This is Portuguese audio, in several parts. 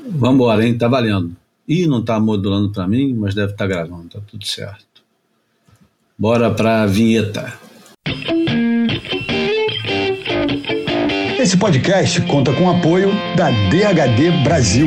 Vambora, hein? Tá valendo. Ih, não tá modulando pra mim, mas deve estar gravando, tá tudo certo. Bora pra vinheta. Esse podcast conta com o apoio da DHD Brasil.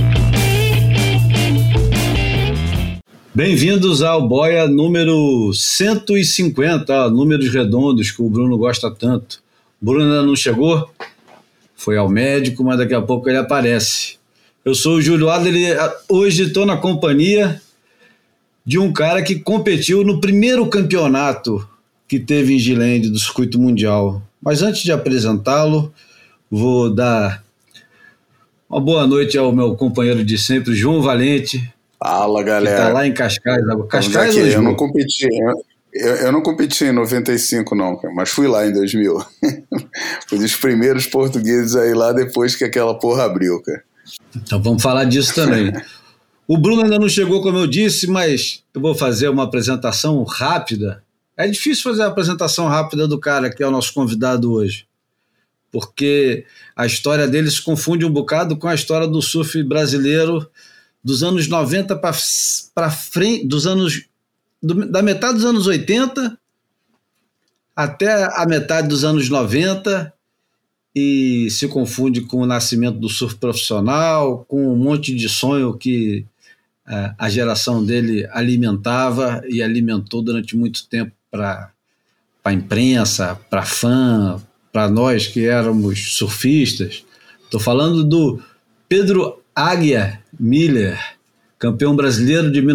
Bem-vindos ao Boia número 150, números redondos que o Bruno gosta tanto. O Bruno ainda não chegou, foi ao médico, mas daqui a pouco ele aparece. Eu sou o Júlio Adler, hoje estou na companhia de um cara que competiu no primeiro campeonato que teve em Gilead do Circuito Mundial. Mas antes de apresentá-lo, vou dar uma boa noite ao meu companheiro de sempre, João Valente. Fala, galera. Que está lá em Cascais. Cascais aqui, eu não competi em 95 não, mas fui lá em 2000. Fui dos primeiros portugueses aí lá depois que aquela porra abriu, cara. Então vamos falar disso também. O Bruno ainda não chegou, como eu disse, mas eu vou fazer uma apresentação rápida. É difícil fazer a apresentação rápida do cara que é o nosso convidado hoje, porque a história dele se confunde um bocado com a história do surf brasileiro dos anos 90 para frente, da metade dos anos 80 até a metade dos anos 90, e se confunde com o nascimento do surf profissional, com um monte de sonho que a geração dele alimentava e alimentou durante muito tempo para a imprensa, para fã, para nós que éramos surfistas. Estou falando do Pedro Águia Miller, campeão brasileiro de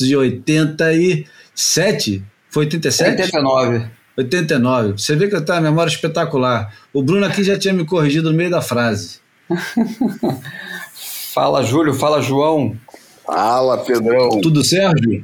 1987. Foi 87? 89. Você vê que eu tenho uma memória espetacular. O Bruno aqui já tinha me corrigido no meio da frase. Fala, Júlio. Fala, João. Fala, Pedrão. Tudo certo?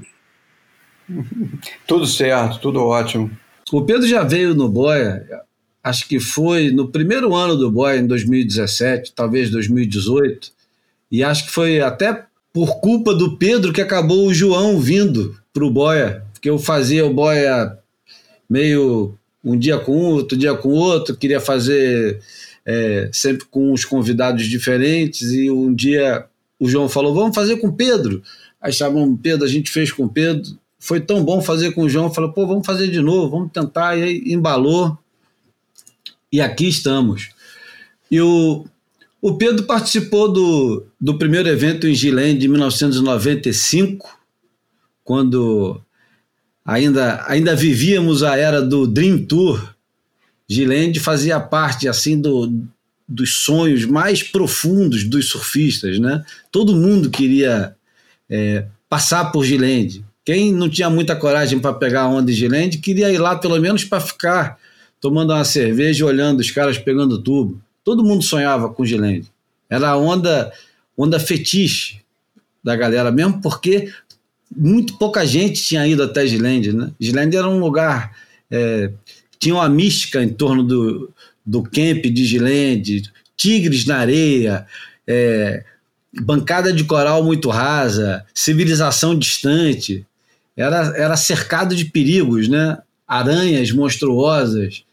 Tudo certo, tudo ótimo. O Pedro já veio no Boia, acho que foi no primeiro ano do Boia, em 2017, talvez 2018, e acho que foi até por culpa do Pedro que acabou o João vindo para o Boia, porque eu fazia o Boia meio um dia com um, outro dia com outro, queria fazer sempre com uns convidados diferentes, e um dia o João falou, vamos fazer com o Pedro. Aí chamamos o Pedro, a gente fez com o Pedro, foi tão bom fazer com o João, falou, pô, vamos fazer de novo, vamos tentar, e aí embalou, e aqui estamos. E o Pedro participou do primeiro evento em Gilead de 1995, quando ainda vivíamos a era do Dream Tour. Gilead fazia parte assim dos sonhos mais profundos dos surfistas, né? Todo mundo queria passar por Gilead. Quem não tinha muita coragem para pegar a onda em Gilead queria ir lá pelo menos para ficar tomando uma cerveja e olhando os caras pegando tubo. Todo mundo sonhava com Gilead. Era a onda fetiche da galera, mesmo porque muito pouca gente tinha ido até Gilead, né? Gilead era um lugar, tinha uma mística em torno do camp de Gilead, tigres na areia, bancada de coral muito rasa, civilização distante, era cercado de perigos, né? Aranhas monstruosas,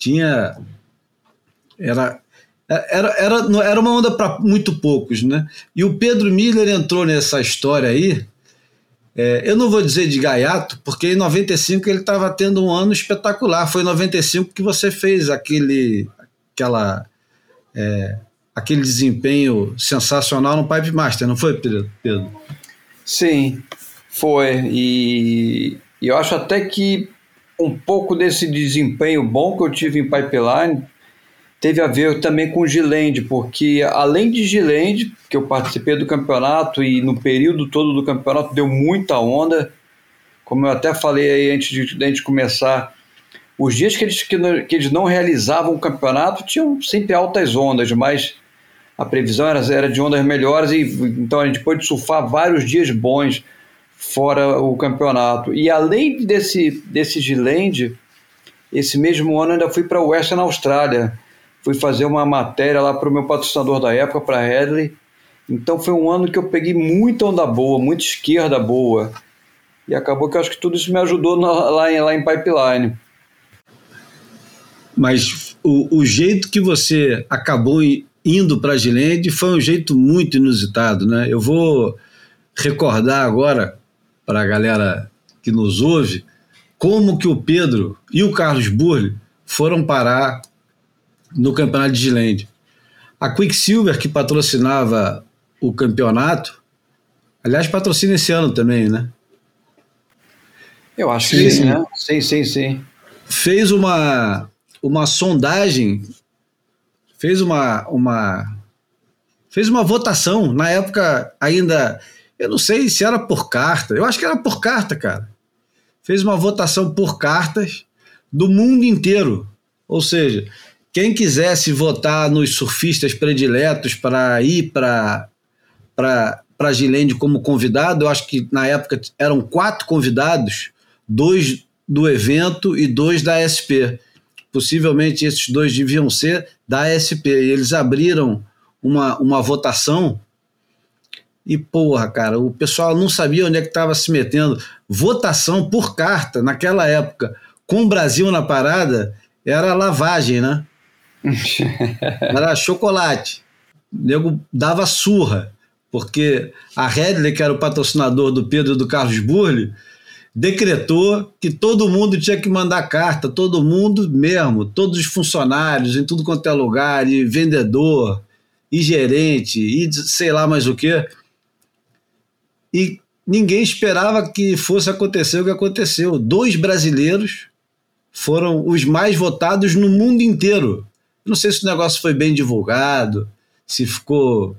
era uma onda para muito poucos, né? E o Pedro Miller entrou nessa história aí. Eu não vou dizer de gaiato, porque em 95 ele estava tendo um ano espetacular. Foi em 95 que você fez aquele desempenho sensacional no Pipe Master, não foi, Pedro? Sim, foi. E eu acho até que um pouco desse desempenho bom que eu tive em Pipeline teve a ver também com Gilead, porque além de Gilead, que eu participei do campeonato e no período todo do campeonato deu muita onda, como eu até falei aí antes de a gente começar, os dias que eles não realizavam o campeonato tinham sempre altas ondas, mas a previsão era de ondas melhores, e então a gente pôde surfar vários dias bons fora o campeonato. E além desse Gilead, esse mesmo ano eu ainda fui para Western Austrália, fui fazer uma matéria lá para o meu patrocinador da época, para a Headley. Então foi um ano que eu peguei muita onda boa, muita esquerda boa, e acabou que eu acho que tudo isso me ajudou lá em Pipeline. Mas o jeito que você acabou indo para Gilende foi um jeito muito inusitado, né? Eu vou recordar agora para a galera que nos ouve como que o Pedro e o Carlos Burle foram parar no campeonato de Gilende. A Quicksilver, que patrocinava o campeonato, aliás, patrocina esse ano também, né? Eu acho que sim, né? Sim. Fez uma sondagem, fez uma votação, na época ainda, eu não sei se era por carta, eu acho que era por carta, cara. Fez uma votação por cartas do mundo inteiro, ou seja, quem quisesse votar nos surfistas prediletos para ir para Gilende como convidado, eu acho que na época eram 4 convidados, 2 do evento e 2 da SP. Possivelmente esses 2 deviam ser da SP. E eles abriram uma votação e, porra, cara, o pessoal não sabia onde é que estava se metendo. Votação por carta, naquela época, com o Brasil na parada, era lavagem, né? Era chocolate. O nego dava surra, porque a Redley, que era o patrocinador do Pedro e do Carlos Burle, decretou que todo mundo tinha que mandar carta, todo mundo mesmo, todos os funcionários, em tudo quanto é lugar, e vendedor, e gerente, e sei lá mais o quê. E ninguém esperava que fosse acontecer o que aconteceu. 2 brasileiros foram os mais votados no mundo inteiro. Não sei se o negócio foi bem divulgado, se ficou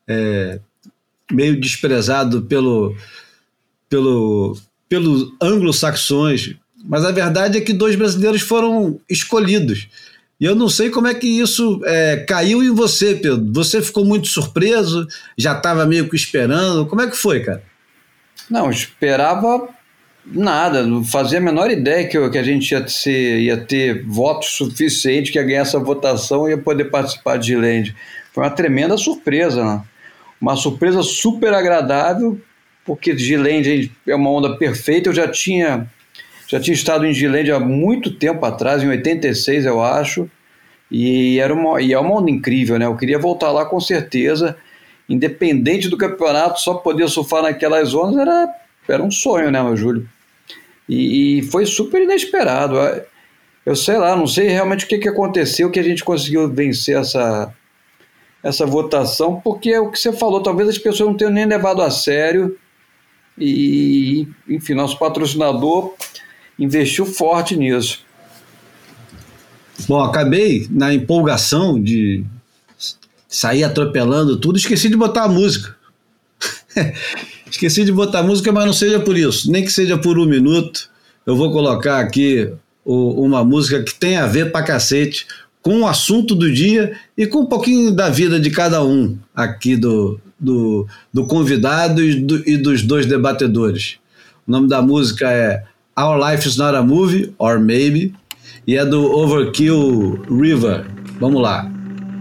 meio desprezado pelos anglo-saxões, mas a verdade é que 2 brasileiros foram escolhidos. E eu não sei como é que isso caiu em você, Pedro. Você ficou muito surpreso? Já estava meio que esperando? Como é que foi, cara? Não, esperava nada, não fazia a menor ideia que a gente ia ter votos suficientes, que ia ganhar essa votação e ia poder participar de Gilende. Foi uma tremenda surpresa, né? Uma surpresa super agradável, porque Gilende é uma onda perfeita. Eu já tinha estado em Gilende há muito tempo atrás, em 86, eu acho, e é uma onda incrível, né? Eu queria voltar lá com certeza, independente do campeonato, só poder surfar naquelas ondas era um sonho, né, meu Júlio? E foi super inesperado. Eu sei lá, não sei realmente o que aconteceu, que a gente conseguiu vencer essa votação, porque é o que você falou, talvez as pessoas não tenham nem levado a sério, e enfim, nosso patrocinador investiu forte nisso. Bom, acabei na empolgação de sair atropelando tudo, esqueci de botar a música. Esqueci de botar a música, mas não seja por isso, nem que seja por 1 minuto. Eu vou colocar aqui uma música que tem a ver pra cacete com o assunto do dia e com um pouquinho da vida de cada um aqui do convidado e dos 2 debatedores. O nome da música é Our Life is Not a Movie, or Maybe, e é do Overkill River. Vamos lá.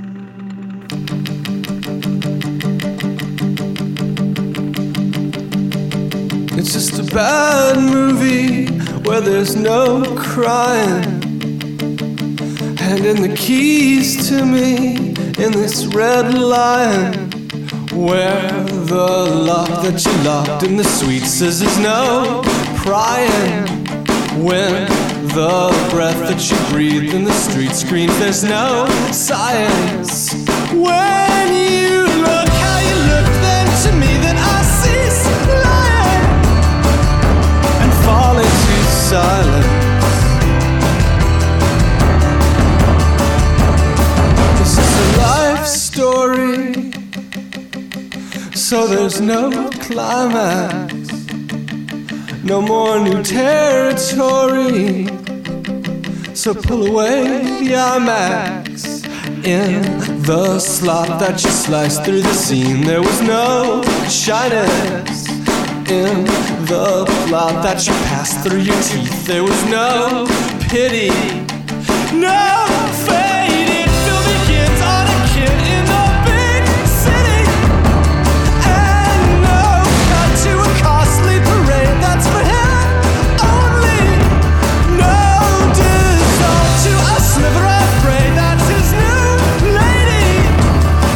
It's just a bad movie where there's no crying, handing the keys to me in this red line, where the lock that you locked in the suite says there's no prying, when the breath that you breathe in the street screams there's no science. When you look how you look then to me, then I cease lying and fall into silence. This is a life story, so there's no climax, no more new territory. So pull away the IMAX. In the slot that you sliced through the seam, there was no shyness. In the plot that you passed through your teeth, there was no pity, no faded filthy kids on a kid in the big city, and no cut to a costly parade that's for him only, no dissolve to a sliver of prey that's his new lady.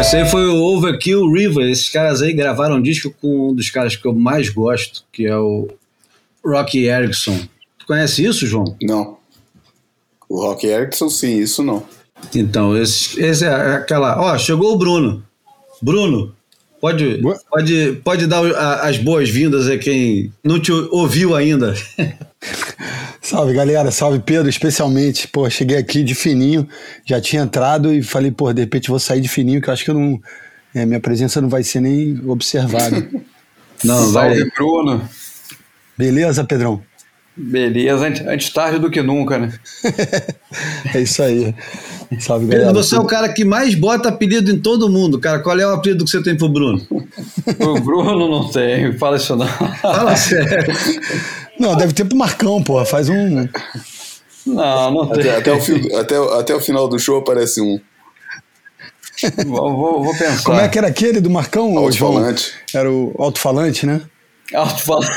Esse aí foi o Overkill River. Esses caras aí gravaram um disco com um dos caras que eu mais gosto, que é o Rocky Erickson. Tu conhece isso, João? Não. O Rocky Erickson, sim, isso não. Então, esse é aquela... Ó, chegou o Bruno. Bruno, pode dar as boas-vindas a quem não te ouviu ainda. Salve, galera. Salve, Pedro, especialmente. Pô, cheguei aqui de fininho, já tinha entrado e falei, pô, de repente vou sair de fininho, que eu acho que eu não... minha presença não vai ser nem observada. Não, vai. Salve, Bruno. Beleza, Pedrão? Beleza, antes tarde do que nunca, né? É isso aí. Salve, Pedro, galera. você é o cara que mais bota apelido em todo mundo, cara. Qual é o apelido que você tem pro Bruno? O Bruno não tem, fala isso não. Fala sério. Não, deve ter pro Marcão, pô. Faz um... Não tem. Até o final do show aparece um. Vou pensar. Como é que era aquele do Marcão, João? Alto-falante. Era o alto-falante, né? Alto-falante.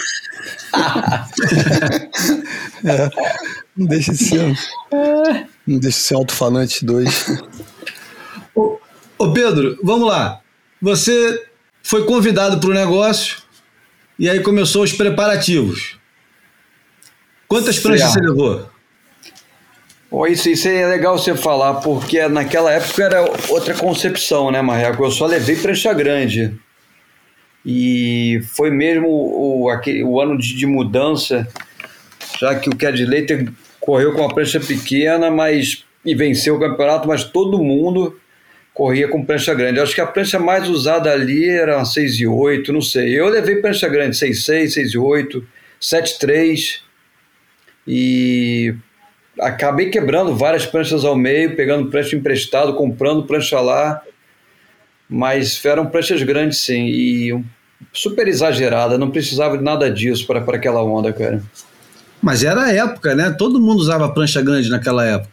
Não deixa de ser. Não deixa de ser alto-falante 2. Ô Pedro, vamos lá. Você foi convidado para o negócio e aí começou os preparativos. Quantas pranchas você levou? Isso é legal você falar, porque naquela época era outra concepção, né, Marreco? Eu só levei prancha grande. E foi mesmo o ano de mudança, já que o Cad Later correu com uma prancha pequena e venceu o campeonato, mas todo mundo corria com prancha grande. Eu acho que a prancha mais usada ali era uma 6,8, não sei. Eu levei prancha grande, 6,6, 6,8, 7,3 e acabei quebrando várias pranchas ao meio, pegando prancha emprestado, comprando prancha lá. Mas eram pranchas grandes, sim, e super exagerada, não precisava de nada disso para aquela onda, cara. Mas era a época, né? Todo mundo usava prancha grande naquela época.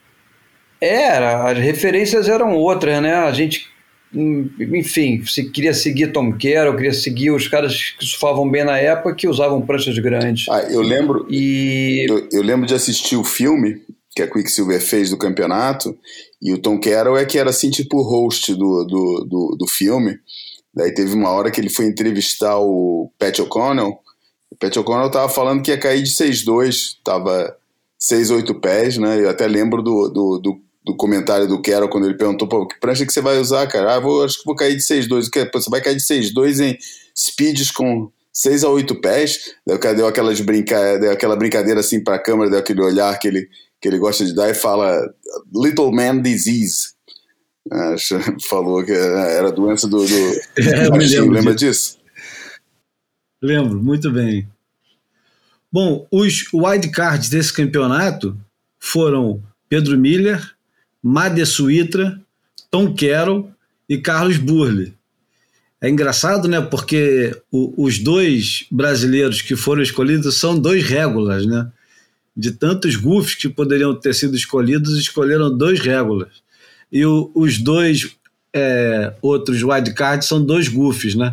As referências eram outras, né? A gente, enfim, se queria seguir Tom Carroll, queria seguir os caras que surfavam bem na época, que usavam pranchas grandes. Eu lembro de assistir o filme que a Quicksilver fez do campeonato, e o Tom Carroll que era assim tipo o host do filme. Daí teve uma hora que ele foi entrevistar o Pat O'Connell. O Pat O'Connell tava falando que ia cair de 6'2", tava 6'8 pés, né? Eu até lembro do comentário do Carroll quando ele perguntou, pô, que prancha que você vai usar, cara? Acho que vou cair de 6'2". Você vai cair de 6'2" em speeds com 6 a 8 pés? Daí o cara deu aquela brincadeira assim pra câmera, deu aquele olhar que ele gosta de dar e fala Little Man Disease. Falou que era doença do baixinho, lembra disso? Lembro, muito bem. Bom, os wildcards desse campeonato foram Pedro Miller, Made Suitra, Tom Carroll e Carlos Burle. É engraçado, né? Porque os dois brasileiros que foram escolhidos são dois régulas, né? De tantos goofs que poderiam ter sido escolhidos, escolheram dois régulas. E os dois outros wildcards são dois goofs, né?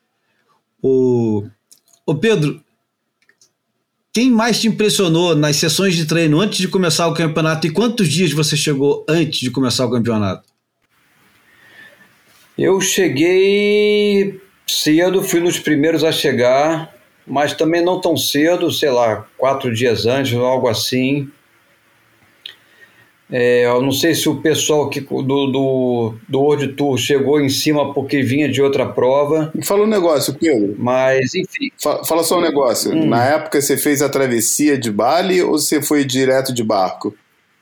Ô Pedro, quem mais te impressionou nas sessões de treino antes de começar o campeonato e quantos dias você chegou antes de começar o campeonato? Eu cheguei cedo, fui nos primeiros a chegar, mas também não tão cedo, sei lá, 4 dias antes, algo assim. Eu não sei se o pessoal do World Tour chegou em cima porque vinha de outra prova. Fala um negócio, Pedro. Mas, enfim. Fala só um negócio. Na época você fez a travessia de Bali ou você foi direto de barco?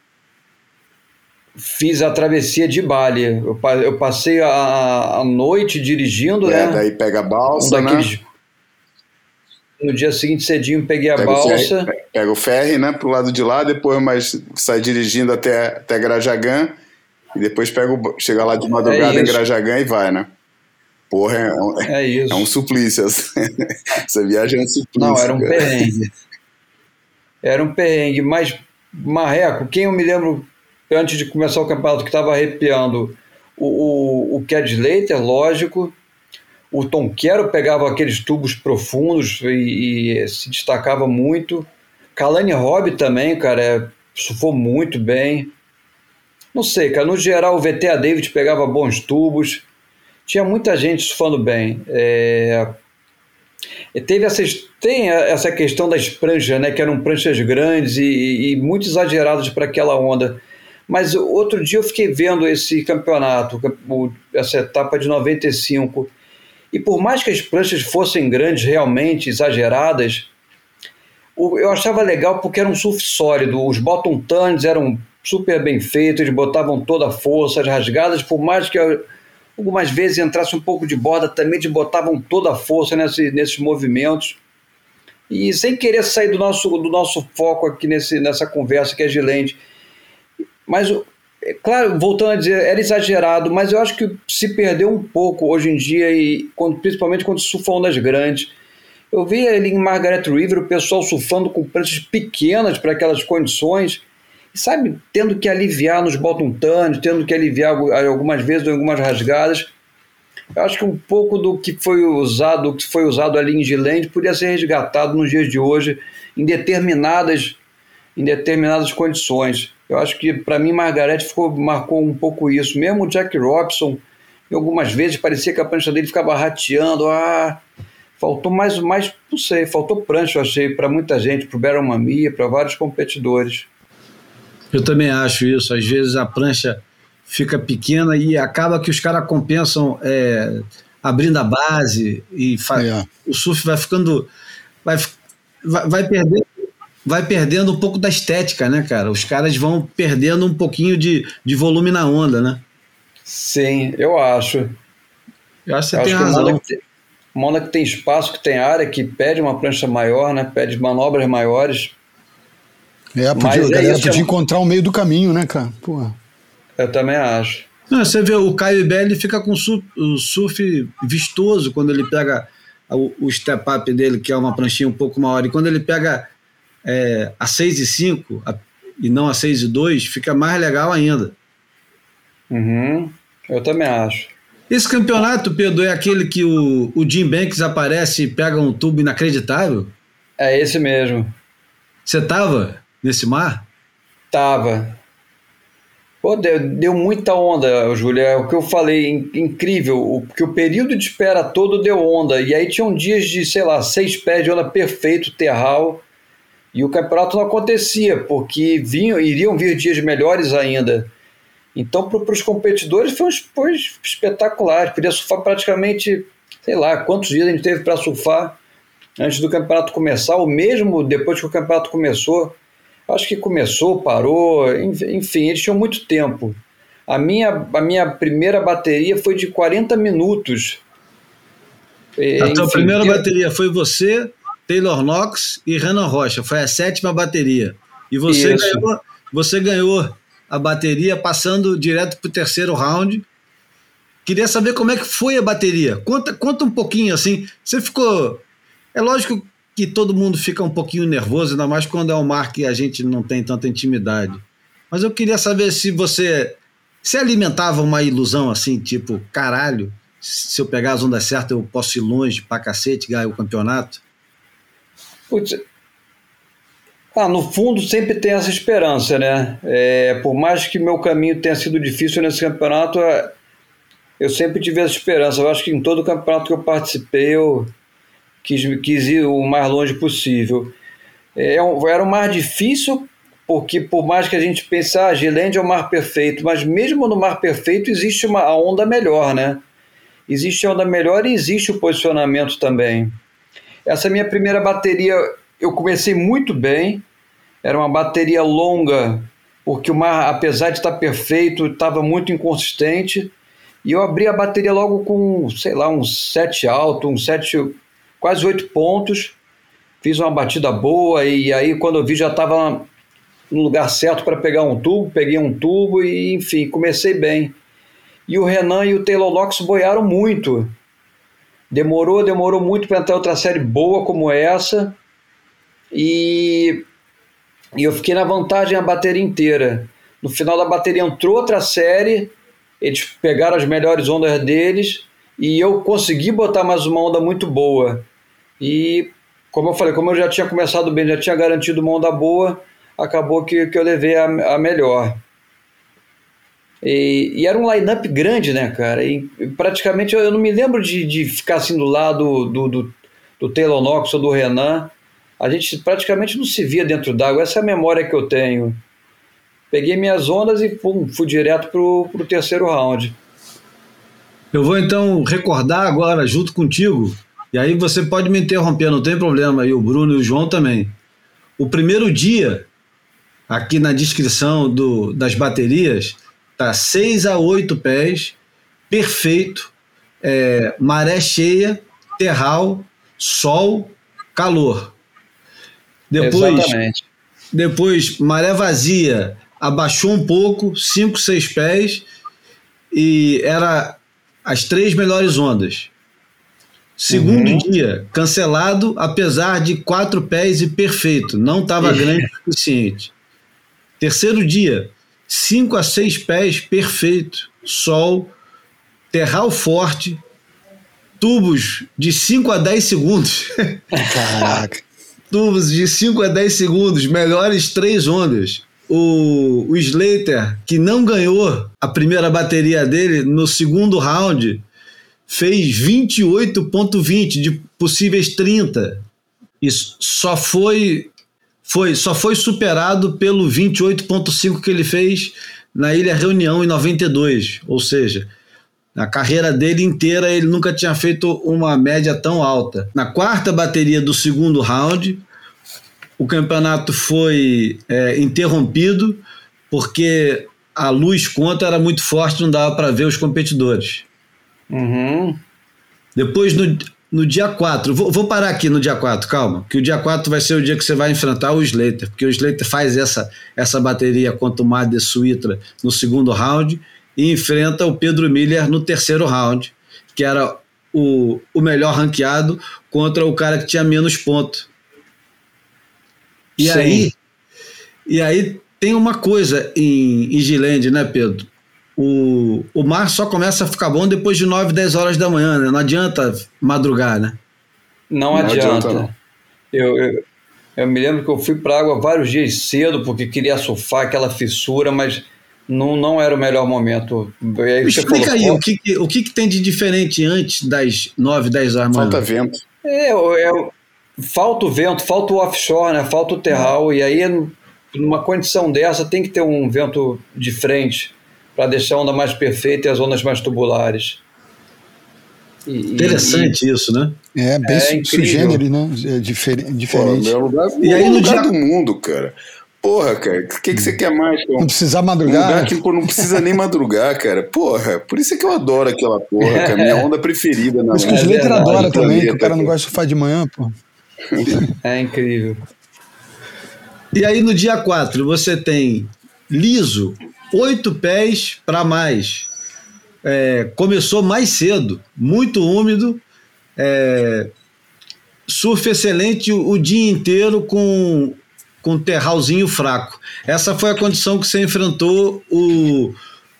Fiz a travessia de Bali. Eu passei a noite dirigindo, né? Daí pega a balsa, né? No dia seguinte, cedinho, peguei a balsa. Pega o ferry, né, pro lado de lá, depois sai dirigindo até Grajagã, e depois chega lá de madrugada em Grajagã e vai, né? Porra, é um suplício. Essa viagem é um suplício. Não, era um perrengue. Era um perrengue, mas, Marreco, quem eu me lembro, antes de começar o campeonato, que estava arrepiando, o Cad Later, lógico. O Tom Carroll pegava aqueles tubos profundos e se destacava muito. Kalani Robb também, cara, surfou muito bem. Não sei, cara, no geral o VTA David pegava bons tubos, tinha muita gente surfando bem. Tem essa questão das pranchas, né, que eram pranchas grandes e muito exageradas para aquela onda. Mas outro dia eu fiquei vendo esse campeonato, essa etapa de 95, e por mais que as pranchas fossem grandes, realmente exageradas, eu achava legal porque era um surf sólido. Os bottom turns eram super bem feitos, eles botavam toda a força, as rasgadas, por mais que algumas vezes entrasse um pouco de borda, também eles botavam toda a força nesses movimentos. E sem querer sair do nosso foco aqui nessa conversa que é Gilead, mas, claro, voltando a dizer, era exagerado, mas eu acho que se perdeu um pouco hoje em dia, principalmente quando surfa ondas grandes. Eu vi ali em Margaret River o pessoal surfando com pranchas pequenas para aquelas condições, e, sabe, tendo que aliviar nos bottom turns, tendo que aliviar algumas vezes em algumas rasgadas. Eu acho que um pouco do que foi usado ali em Gilead podia ser resgatado nos dias de hoje em determinadas condições. Eu acho que, para mim, Margaret marcou um pouco isso. Mesmo o Jack Robson, algumas vezes parecia que a prancha dele ficava rateando. Faltou mais, não sei, faltou prancha, eu achei, para muita gente, para o Barron Mamiya, para vários competidores. Eu também acho isso. Às vezes a prancha fica pequena e acaba que os caras compensam abrindo a base e o surf vai ficando... Vai perdendo um pouco da estética, né, cara? Os caras vão perdendo um pouquinho de volume na onda, né? Sim, eu acho. Eu acho que você tem razão. Uma onda que tem espaço, que tem área, que pede uma prancha maior, né? Pede manobras maiores. A galera podia encontrar o meio do caminho, né, cara? Porra. Eu também acho. Você vê, o Caio Ibel, ele fica com o surf vistoso quando ele pega o step-up dele, que é uma pranchinha um pouco maior, e quando ele pega a 6,5 e não a 6,2, fica mais legal ainda. Eu também acho. Esse campeonato, Pedro, é aquele que o Jim Banks aparece e pega um tubo inacreditável? É esse mesmo. Você tava nesse mar? Tava. Pô, deu muita onda, Júlio. É o que eu falei, incrível. Porque o período de espera todo deu onda. E aí tinham dias de, 6 pés de onda perfeito, terral. E o campeonato não acontecia, porque iriam vir dias melhores ainda. Então, para os competidores foi espetacular. Podia surfar praticamente, quantos dias a gente teve para surfar antes do campeonato começar, ou mesmo depois que o campeonato começou. Acho que começou, parou, enfim, eles tinham muito tempo. A minha primeira bateria foi de 40 minutos. A tua primeira bateria foi você, Taylor Knox e Renan Rocha. Foi a 7ª bateria. E você ganhou a bateria passando direto para o 3º round. Queria saber como é que foi a bateria. Conta um pouquinho, assim. Você ficou... É lógico que todo mundo fica um pouquinho nervoso, ainda mais quando é um mar que a gente não tem tanta intimidade. Mas eu queria saber se você alimentava uma ilusão assim, tipo, caralho, se eu pegar as ondas certas eu posso ir longe pra cacete, ganhar o campeonato. Putz, no fundo sempre tem essa esperança, né? Por mais que meu caminho tenha sido difícil nesse campeonato, eu sempre tive essa esperança. Eu acho que em todo campeonato que eu participei, eu quis ir o mais longe possível. Era um mar difícil, porque por mais que a gente pense, Gilead é o mar perfeito, mas mesmo no mar perfeito existe a onda melhor, né? Existe a onda melhor e existe o posicionamento também. Essa minha primeira bateria, eu comecei muito bem, era uma bateria longa, porque o mar, apesar de estar perfeito, estava muito inconsistente, e eu abri a bateria logo com, um 7 alto, quase 8 pontos, fiz uma batida boa, e aí quando eu vi já estava no lugar certo para pegar um tubo, peguei um tubo e, enfim, comecei bem. E o Renan e o Taylor Knox boiaram muito. Demorou muito para entrar outra série boa como essa, e eu fiquei na vantagem a bateria inteira. No final da bateria entrou outra série, eles pegaram as melhores ondas deles, e eu consegui botar mais uma onda muito boa. E, como eu falei, como eu já tinha começado bem, já tinha garantido uma onda boa, acabou que eu levei a melhor. E era um line-up grande, né, cara? E praticamente eu não me lembro de ficar assim do lado do Taylor Knox ou do Renan. A gente praticamente não se via dentro d'água. Essa é a memória que eu tenho. Peguei minhas ondas e fui direto pro terceiro round. Eu vou então recordar agora junto contigo, e aí você pode me interromper, não tem problema, e o Bruno e o João também. O primeiro dia, aqui na descrição das baterias, tá 6 a 8 pés, perfeito, maré cheia, terral, sol, calor. Depois, maré vazia, abaixou um pouco, 5, 6 pés, e era as 3 melhores ondas. Segundo dia, cancelado, apesar de 4 pés e perfeito, não estava grande o suficiente. Terceiro dia, 5 a 6 pés, perfeito, sol, terral forte, tubos de 5 a 10 segundos. Caraca. Tubos de 5 a 10 segundos, melhores 3 ondas. O Slater, que não ganhou a primeira bateria dele, no segundo round, fez 28,20 de possíveis 30. E só foi superado pelo 28,5 que ele fez na Ilha Reunião em 92. Ou seja, na carreira dele inteira ele nunca tinha feito uma média tão alta. Na quarta bateria do segundo round, o campeonato foi interrompido porque a luz contra era muito forte, não dava para ver os competidores. Depois, no dia 4, vou parar aqui no dia 4, calma, que o dia 4 vai ser o dia que você vai enfrentar o Slater, porque o Slater faz essa bateria contra o Made Suitra no segundo round e enfrenta o Pedro Miller no terceiro round, que era o melhor ranqueado contra o cara que tinha menos ponto. E aí tem uma coisa em G-Land, né, Pedro? O mar só começa a ficar bom depois de 9, 10 horas da manhã, né? Não adianta madrugar, né? Não adianta. Eu me lembro que eu fui para a água vários dias cedo porque queria surfar aquela fissura, mas não era o melhor momento. Aí explica aí, o que tem de diferente antes das 9, 10 horas da manhã? Falta vento. Falta o vento, falta o offshore, né? Falta o terral, e aí numa condição dessa tem que ter um vento de frente para deixar a onda mais perfeita e as ondas mais tubulares. Interessante isso, né? Bem sugênero, né? Diferente. Pô, e aí no lugar do mundo, cara. Porra, cara, o que você quer mais? Não precisar madrugar. Um lugar que não precisa nem madrugar, cara. Porra, por isso é que eu adoro aquela porra, cara. Minha onda preferida. Mas que o Slater adora também, que o cara não gosta de surfar de manhã, pô. É incrível. E aí no dia 4 você tem liso, 8 pés para mais. Começou mais cedo, muito úmido, surf excelente o dia inteiro com terralzinho fraco. Essa foi a condição que você enfrentou o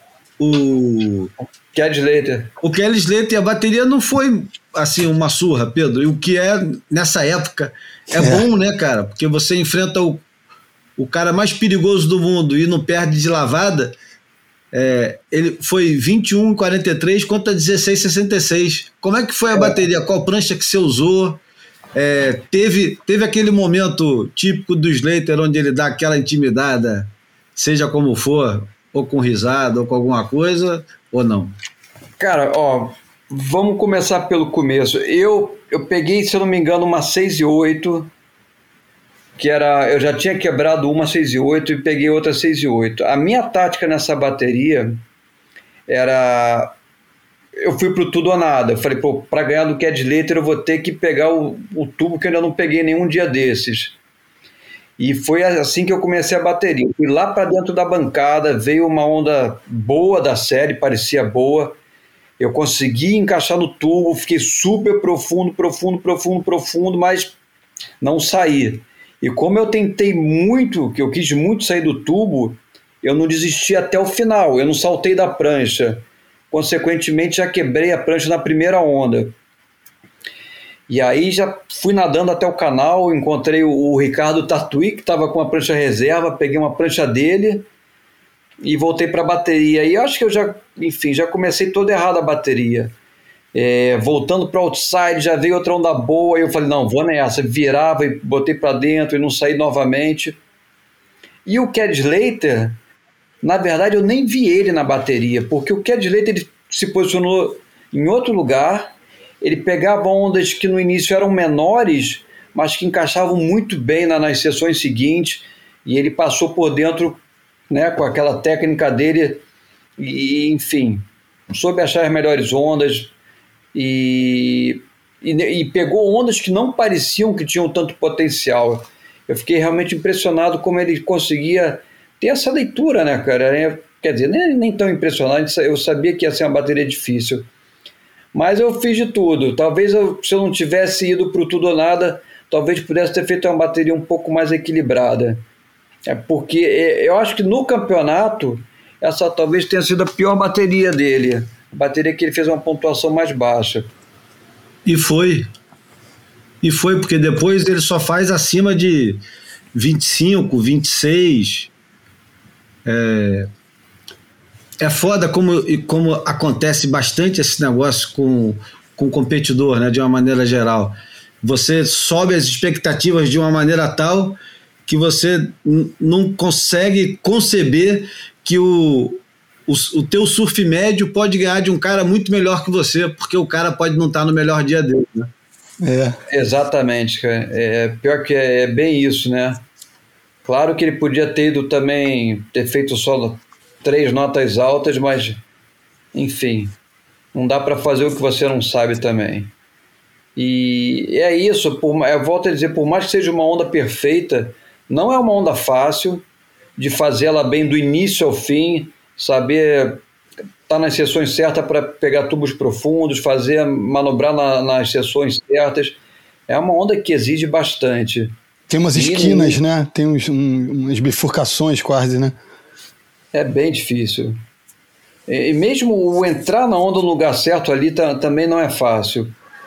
Kelly Slater. O Kelly Slater, e a bateria não foi assim uma surra, Pedro. E o que nessa época bom, né, cara? Porque você enfrenta o cara mais perigoso do mundo e não perde de lavada. Ele foi 21,43 contra 16,66. Como é que foi a bateria? Qual prancha que você usou? Teve aquele momento típico do Slater onde ele dá aquela intimidada, seja como for, ou com risada, ou com alguma coisa, ou não? Cara, vamos começar pelo começo. Eu peguei, se eu não me engano, uma 6,8, que eu já tinha quebrado uma 6,8 e peguei outra 6,8. A minha tática nessa bateria era... Eu fui pro tudo ou nada. Eu falei, para ganhar do Kelly Slater eu vou ter que pegar o tubo que eu ainda não peguei nenhum dia desses. E foi assim que eu comecei a bateria. Fui lá para dentro da bancada, veio uma onda boa da série, parecia boa. Eu consegui encaixar no tubo, fiquei super profundo, mas não saí. E como eu tentei muito, que eu quis muito sair do tubo, eu não desisti até o final, eu não saltei da prancha. Consequentemente, já quebrei a prancha na primeira onda. E aí já fui nadando até o canal, encontrei o Ricardo Tatuí, que estava com uma prancha reserva, peguei uma prancha dele e voltei para a bateria. E acho que eu já comecei todo errado a bateria. Voltando para o outside, já veio outra onda boa, e eu falei, não, vou nessa. Virava e botei para dentro e não saí novamente. E o Cad Slater, na verdade, eu nem vi ele na bateria, porque o Cad Slater ele se posicionou em outro lugar, ele pegava ondas que no início eram menores, mas que encaixavam muito bem nas sessões seguintes, e ele passou por dentro, né, com aquela técnica dele, e enfim, soube achar as melhores ondas, e pegou ondas que não pareciam que tinham tanto potencial. Eu fiquei realmente impressionado como ele conseguia ter essa leitura, né, cara? Quer dizer, nem tão impressionado, eu sabia que ia ser uma bateria difícil. Mas eu fiz de tudo. Talvez se eu não tivesse ido para o tudo ou nada, talvez pudesse ter feito uma bateria um pouco mais equilibrada. Porque eu acho que no campeonato, essa talvez tenha sido a pior bateria dele. A bateria que ele fez uma pontuação mais baixa. E foi, porque depois ele só faz acima de 25, 26. É foda como acontece bastante esse negócio com o competidor, né, de uma maneira geral. Você sobe as expectativas de uma maneira tal que você não consegue conceber que o teu surf médio pode ganhar de um cara muito melhor que você, porque o cara pode não estar no melhor dia dele, né? Exatamente, cara. Pior que é bem isso, né? Claro que ele podia ter ido também, ter feito só 3 notas altas, mas, enfim, não dá para fazer o que você não sabe também. E é isso, eu volto a dizer, por mais que seja uma onda perfeita, não é uma onda fácil de fazer ela bem do início ao fim, saber estar nas sessões certas para pegar tubos profundos, manobrar nas sessões certas. É uma onda que exige bastante. Tem umas esquinas, né? Tem umas bifurcações quase, né? É bem difícil. E mesmo o entrar na onda no lugar certo ali também não é fácil.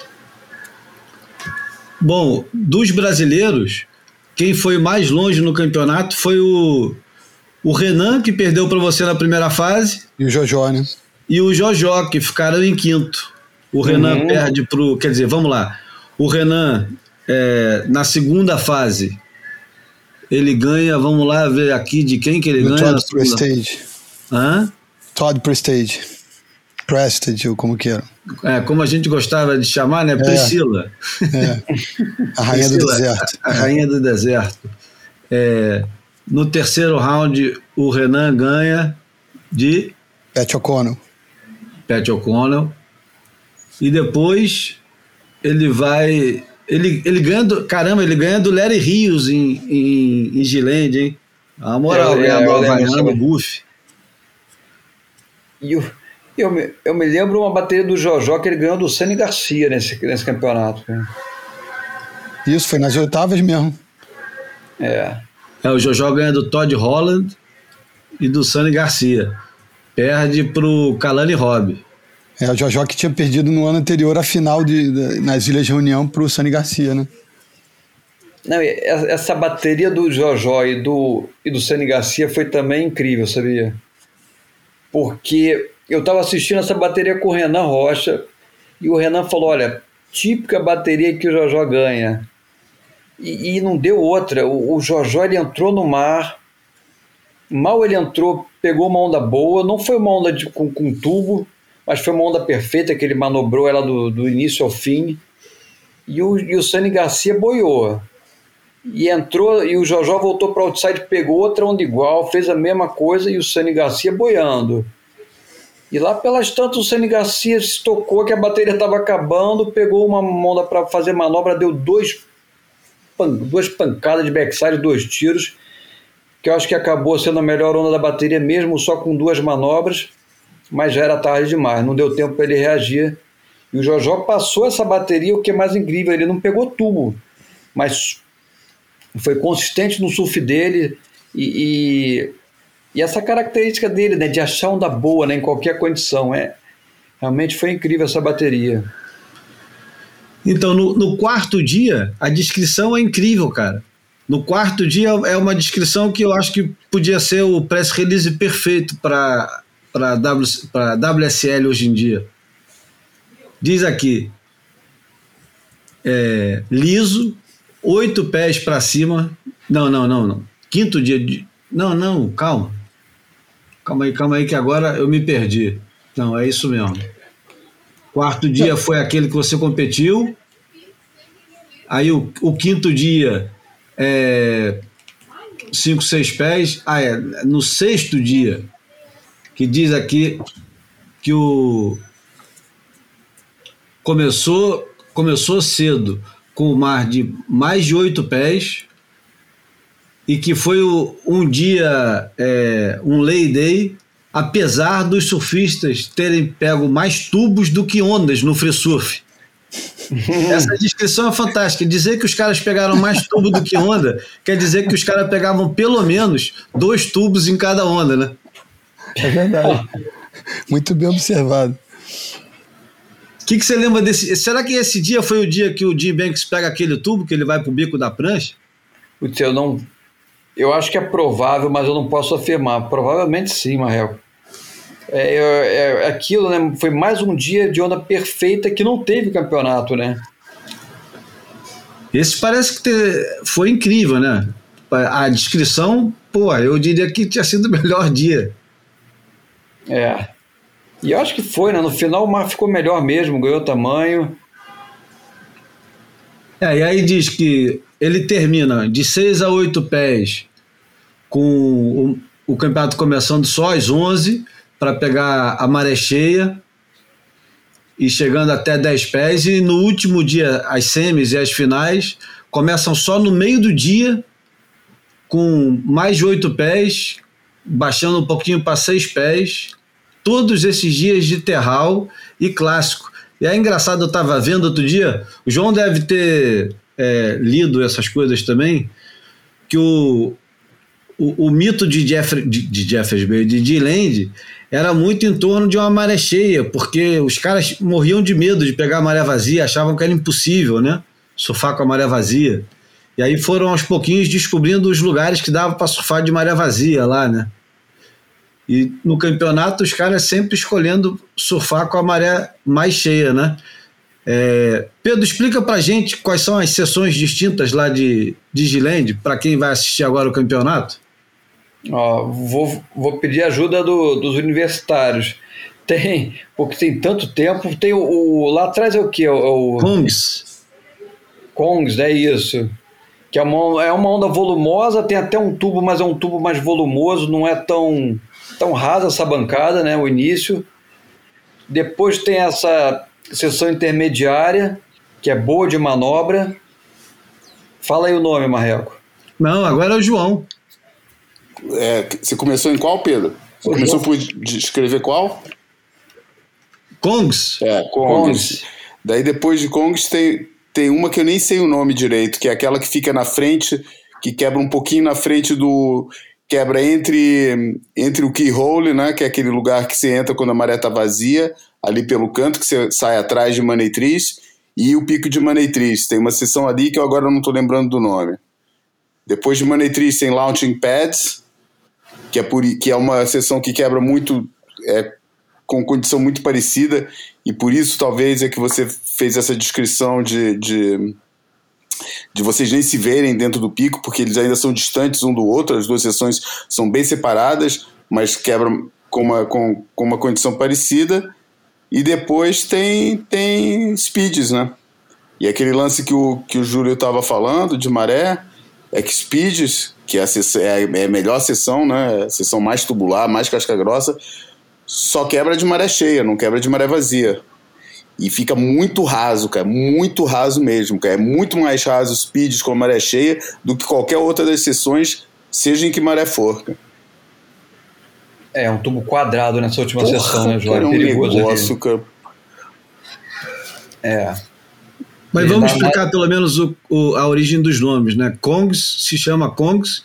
Bom, dos brasileiros, quem foi mais longe no campeonato foi o Renan, que perdeu para você na primeira fase. E o Jojó, né? E o Jojó, que ficaram em quinto. O Renan perde pro... Quer dizer, vamos lá. O Renan, na segunda fase, ele ganha... Vamos lá ver aqui de quem que ele ganha. Todd Prestige. Hã? Todd Prestige. Prestige, ou como que era. Como a gente gostava de chamar, né? Priscila. A rainha do deserto. A rainha do deserto. No terceiro round, o Renan ganha de... Pat O'Connell. E depois ele vai... Ele ganha do Larry Rios em Gilead, hein? A moral, ganhar do Havaiano, do Buff. E eu me lembro uma bateria do Jojó que ele ganhou do Sunny Garcia nesse campeonato. Né? Isso, foi nas oitavas mesmo. O Jojó ganha do Todd Holland e do Sunny Garcia. Perde pro Kalani Robb. O Jojó que tinha perdido no ano anterior a final nas Ilhas de Reunião pro Sunny Garcia, né? Não, essa bateria do Jojó e do Sunny Garcia foi também incrível, sabia? Porque eu estava assistindo essa bateria com o Renan Rocha e o Renan falou, olha, típica bateria que o Jojó ganha. E não deu outra. O Jojó, ele entrou no mar, mal ele entrou, pegou uma onda boa, não foi uma onda com tubo, mas foi uma onda perfeita que ele manobrou ela do início ao fim. E o Sunny Garcia boiou. E entrou, e o Jojó voltou para o outside, pegou outra onda igual, fez a mesma coisa, e o Sunny Garcia boiando. E lá pelas tantas o Sunny Garcia se tocou que a bateria estava acabando, pegou uma onda para fazer manobra, deu duas pancadas de backside, 2 tiros, que eu acho que acabou sendo a melhor onda da bateria mesmo só com 2 manobras, mas já era tarde demais, não deu tempo para ele reagir. E o Jojó passou essa bateria, o que é mais incrível, ele não pegou tubo, mas foi consistente no surf dele e essa característica dele, né, de achar onda boa, né, em qualquer condição. Realmente foi incrível essa bateria. Então, no quarto dia, a descrição é incrível, cara. No quarto dia é uma descrição que eu acho que podia ser o press release perfeito para WSL hoje em dia. Diz aqui, liso, 8 pés para cima. Não. Quinto dia. Não, calma. Calma aí que agora eu me perdi. Não, é isso mesmo. Quarto dia foi aquele que você competiu. Aí o quinto dia 5, 6 pés. No sexto dia, que diz aqui que começou cedo com o mar de mais de 8 pés e que foi um dia, um lay day, apesar dos surfistas terem pego mais tubos do que ondas no free surf. Essa descrição é fantástica. Dizer que os caras pegaram mais tubo do que onda quer dizer que os caras pegavam pelo menos 2 tubos em cada onda, né? É verdade. Muito bem observado. O que você lembra desse? Será que esse dia foi o dia que o Jim Banks pega aquele tubo que ele vai pro bico da prancha? Putz, eu acho que é provável, mas eu não posso afirmar. Provavelmente sim, Marreco. Aquilo, né? Foi mais um dia de onda perfeita que não teve campeonato, né? Esse parece que foi incrível, né? A descrição, eu diria que tinha sido o melhor dia. E eu acho que foi, né? No final o mar ficou melhor mesmo, ganhou tamanho. E aí diz que ele termina de 6 a 8 pés, com o campeonato começando só às 11, para pegar a maré cheia e chegando até 10 pés, e no último dia as semis e as finais começam só no meio do dia, com mais de 8 pés, baixando um pouquinho para 6 pés, todos esses dias de terral e clássico. E é engraçado, eu estava vendo outro dia, o João deve ter lido essas coisas também, que o mito de Jeffers Bay, de G-Land, era muito em torno de uma maré cheia, porque os caras morriam de medo de pegar a maré vazia, achavam que era impossível, né? Surfar com a maré vazia. E aí foram aos pouquinhos descobrindo os lugares que dava para surfar de maré vazia lá, né? E no campeonato os caras sempre escolhendo surfar com a maré mais cheia, né? Pedro, explica pra gente quais são as sessões distintas lá de G-Land, para quem vai assistir agora o campeonato. Vou pedir ajuda dos universitários. Porque tem tanto tempo. Tem lá atrás é o quê? Kongs, é isso. Que é uma onda volumosa, tem até um tubo, mas é um tubo mais volumoso, não é tão rasa essa bancada, né? O início. Depois tem essa seção intermediária, que é boa de manobra. Fala aí o nome, Marreco. Não, agora é o João. Você começou em qual, Pedro? Você começou por escrever qual? Kongs. Kongs. Daí depois de Kongs tem uma que eu nem sei o nome direito, que é aquela que fica na frente, que quebra um pouquinho na frente quebra entre o keyhole, né, que é aquele lugar que você entra quando a maré tá vazia, ali pelo canto, que você sai atrás de Maneitriz, e o pico de Maneitriz. Tem uma seção ali que eu agora não estou lembrando do nome. Depois de Maneitriz tem Launching Pads, que é uma seção que quebra muito, com condição muito parecida, e por isso talvez é que você fez essa descrição de vocês nem se verem dentro do pico, porque eles ainda são distantes um do outro, as duas seções são bem separadas, mas quebram com uma condição parecida. E depois tem speeds, né? E aquele lance que o Júlio estava falando de maré, é que speeds, que é a melhor seção, né? A seção mais tubular, mais casca grossa, só quebra de maré cheia, não quebra de maré vazia. E fica muito raso, cara, muito raso mesmo, cara. É muito mais raso speeds com a maré cheia do que qualquer outra das seções, seja em que maré for, cara. É um tubo quadrado nessa última sessão, né, João? É um negócio, cara. Mas vamos explicar pelo menos a origem dos nomes, né? Kongs se chama Kongs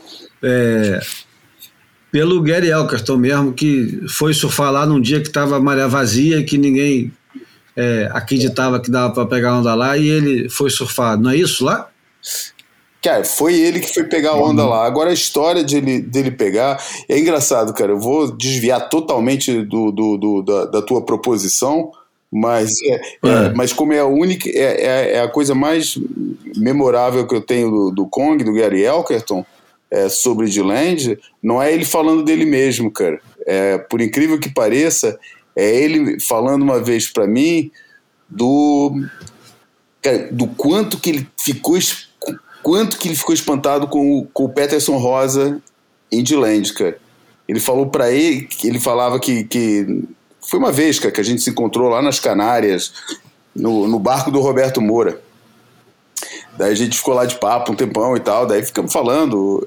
pelo Gary Elkerton mesmo, que foi surfar lá num dia que estava a maré vazia e que ninguém acreditava que dava para pegar onda lá, e ele foi surfar. Não é isso lá? Cara, foi ele que foi pegar a onda lá. Agora a história dele pegar... É engraçado, cara. Eu vou desviar totalmente da tua proposição, mas, mas como é a única... É a coisa mais memorável que eu tenho do Kong, do Gary Elkerton, sobre D-Land, não é ele falando dele mesmo, cara. Por incrível que pareça, é ele falando uma vez pra mim do quanto que ele ficou espantado com o Peterson Rosa em D-Land, cara. Ele falou pra ele, ele falava que foi uma vez, cara, que a gente se encontrou lá nas Canárias, no barco do Roberto Moura. Daí a gente ficou lá de papo um tempão e tal, daí ficamos falando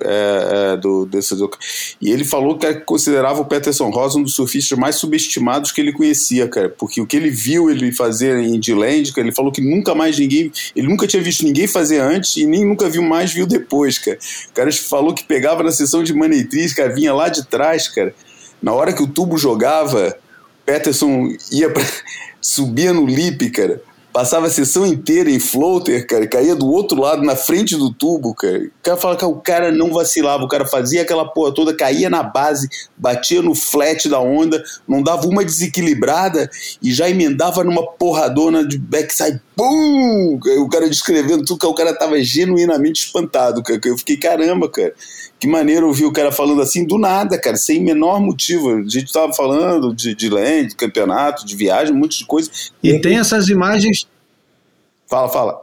e ele falou que considerava o Peterson Rosa um dos surfistas mais subestimados que ele conhecia, cara, porque o que ele viu ele fazer em D-Land, ele falou que ele nunca tinha visto ninguém fazer antes e nem nunca viu depois, cara. O cara falou que pegava na sessão de Manetriz, cara, vinha lá de trás, cara, na hora que o tubo jogava, Peterson subia no lip, cara, passava a sessão inteira em floater, cara, caía do outro lado, na frente do tubo, cara. O cara fala que o cara não vacilava, o cara fazia aquela porra toda, caía na base, batia no flat da onda, não dava uma desequilibrada e já emendava numa porradona de backside, pum! O cara descrevendo tudo, que o cara tava genuinamente espantado, cara. Eu fiquei, caramba, cara, que maneiro ouvir o cara falando assim do nada, cara, sem menor motivo. A gente tava falando de land, de campeonato, de viagem, um monte de coisa. E tem essas imagens... Fala.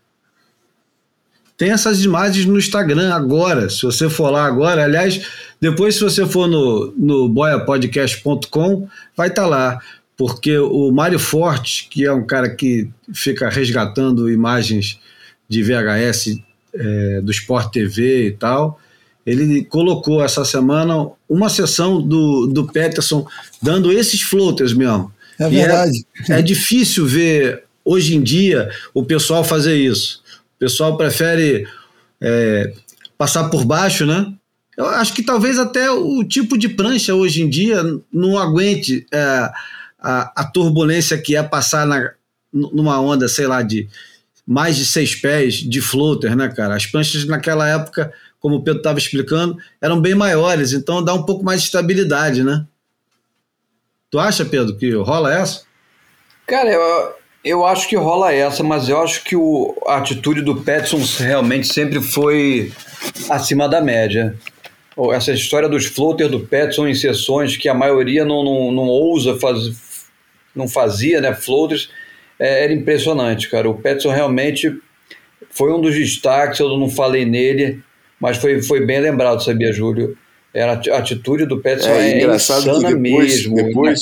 Tem essas imagens no Instagram agora, se você for lá agora. Aliás, depois se você for no boiapodcast.com, vai estar lá, porque o Mário Forte, que é um cara que fica resgatando imagens de VHS do Sport TV e tal, ele colocou essa semana uma sessão do Peterson dando esses floaters mesmo. É verdade. É difícil ver hoje em dia o pessoal fazer isso. O pessoal prefere passar por baixo, né? Eu acho que talvez até o tipo de prancha hoje em dia não aguente a turbulência que é passar numa onda, sei lá, de mais de 6 pés de floater, né, cara? As pranchas naquela época, como o Pedro estava explicando, eram bem maiores, então dá um pouco mais de estabilidade, né? Tu acha, Pedro, que rola essa? Cara, eu acho que rola essa, mas eu acho que a atitude do Peterson realmente sempre foi acima da média. Essa história dos floaters do Peterson em sessões que a maioria não ousa não fazia, né, floaters, era impressionante, cara. O Peterson realmente foi um dos destaques, eu não falei nele, mas foi bem lembrado, sabia, Júlio? A atitude do Peterson engraçado insana que mesmo.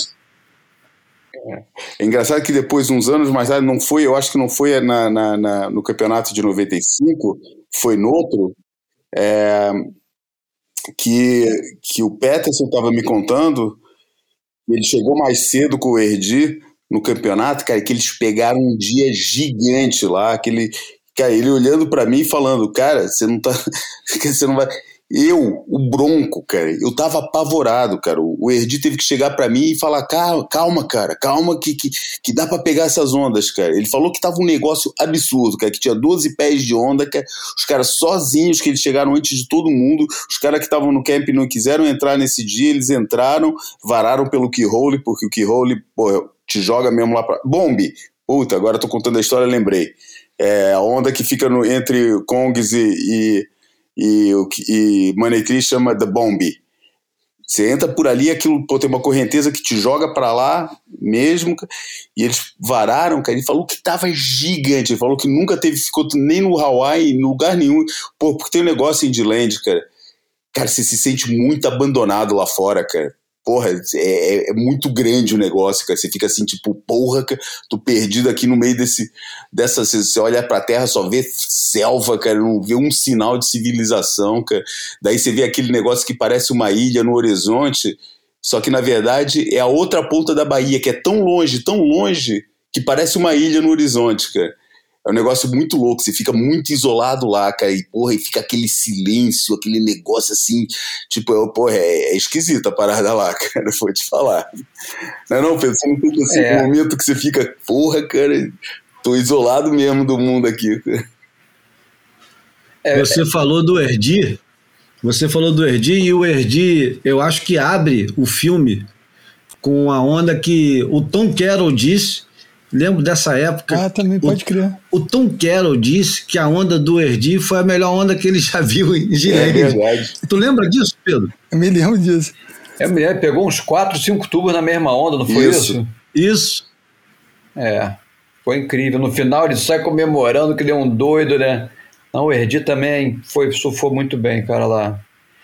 É engraçado que depois, uns anos mais tarde, não foi, eu acho que não foi no campeonato de 95, foi no outro, que o Peterson estava me contando, ele chegou mais cedo com o Erdi no campeonato, cara, que eles pegaram um dia gigante lá, ele olhando para mim e falando, cara, você não vai... o Bronco, cara, eu tava apavorado, cara. O Erdi teve que chegar pra mim e falar, calma, cara, calma que dá pra pegar essas ondas, cara. Ele falou que tava um negócio absurdo, cara, que tinha 12 pés de onda, cara. Os caras sozinhos, que eles chegaram antes de todo mundo, os caras que estavam no camp não quiseram entrar nesse dia, eles entraram, vararam pelo keyhole, porque o keyhole, pô, te joga mesmo lá pra... Bombe! Puta, agora tô contando a história, lembrei. A onda que fica entre Kongs e Manetriz chama The Bombi. Você entra por ali, aquilo, pô, tem uma correnteza que te joga pra lá mesmo, e eles vararam, cara. Ele falou que tava gigante, ele falou que nunca ficou nem no Hawaii, em lugar nenhum, pô, porque tem um negócio em D-Land, cara, você se sente muito abandonado lá fora, cara. Porra, é muito grande o negócio, cara. Você fica assim, tipo, porra, cara, tô perdido aqui no meio dessa. Você olha pra terra, só vê selva, cara, não vê um sinal de civilização, cara. Daí você vê aquele negócio que parece uma ilha no horizonte, só que na verdade é a outra ponta da Bahia, que é tão longe, que parece uma ilha no horizonte, cara. É um negócio muito louco, você fica muito isolado lá, cara, e porra, e fica aquele silêncio, aquele negócio assim, tipo, porra, é esquisita a parada lá, cara, vou te falar. Não, Pedro, você não tem assim, um momento que você fica, porra, cara, tô isolado mesmo do mundo aqui, cara. Você falou do Erdi e o Erdi, eu acho que abre o filme com a onda que o Tom Carroll disse. Lembro dessa época. Também pode crer. O Tom Carroll disse que a onda do Erdi foi a melhor onda que ele já viu em Gilead. É verdade. Tu lembra disso, Pedro? Eu me lembro disso. Ele pegou uns 4, 5 tubos na mesma onda, não foi isso? Isso. Foi incrível. No final ele sai comemorando que ele é um doido, né? Não, o Erdi também surfou muito bem, cara, lá.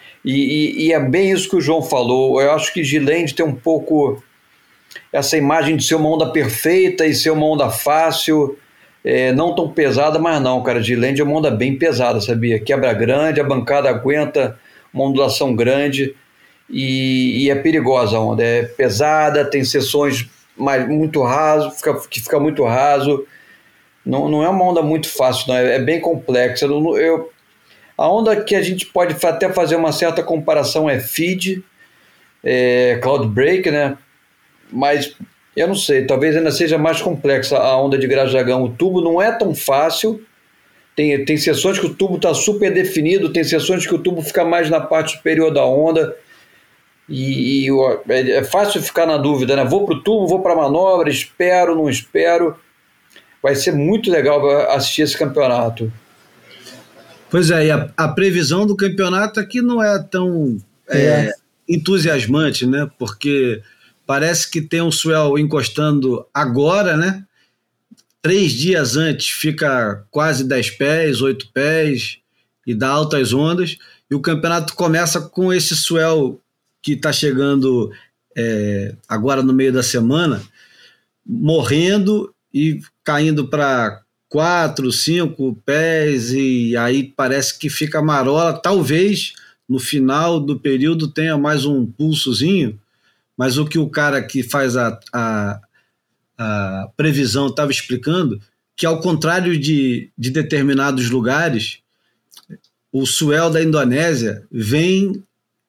E é bem isso que o João falou. Eu acho que Gilead tem um pouco essa imagem de ser uma onda perfeita e ser uma onda fácil, não tão pesada, mas não, cara, Gilead é uma onda bem pesada, sabia? Quebra grande, a bancada aguenta uma ondulação grande e é perigosa a onda, é pesada, tem seções muito raso, que fica muito raso, não é uma onda muito fácil, não, é bem complexa. A onda que a gente pode até fazer uma certa comparação é Feed, Cloud Break, né? Mas eu não sei, talvez ainda seja mais complexa a onda de Grajagão. O tubo não é tão fácil, tem seções que o tubo está super definido, tem seções que o tubo fica mais na parte superior da onda, e é fácil ficar na dúvida, né? Vou para o tubo, vou para a manobra, espero, não espero. Vai ser muito legal assistir esse campeonato. Pois é, e a previsão do campeonato aqui não é tão entusiasmante, né? Porque parece que tem um swell encostando agora, né? 3 dias antes fica quase 10 pés, 8 pés e dá altas ondas. E o campeonato começa com esse swell que está chegando agora no meio da semana, morrendo e caindo para 4, 5 pés, e aí parece que fica marola. Talvez no final do período tenha mais um pulsozinho, mas o que o cara que faz a previsão estava explicando, que ao contrário de determinados lugares, o swell da Indonésia vem...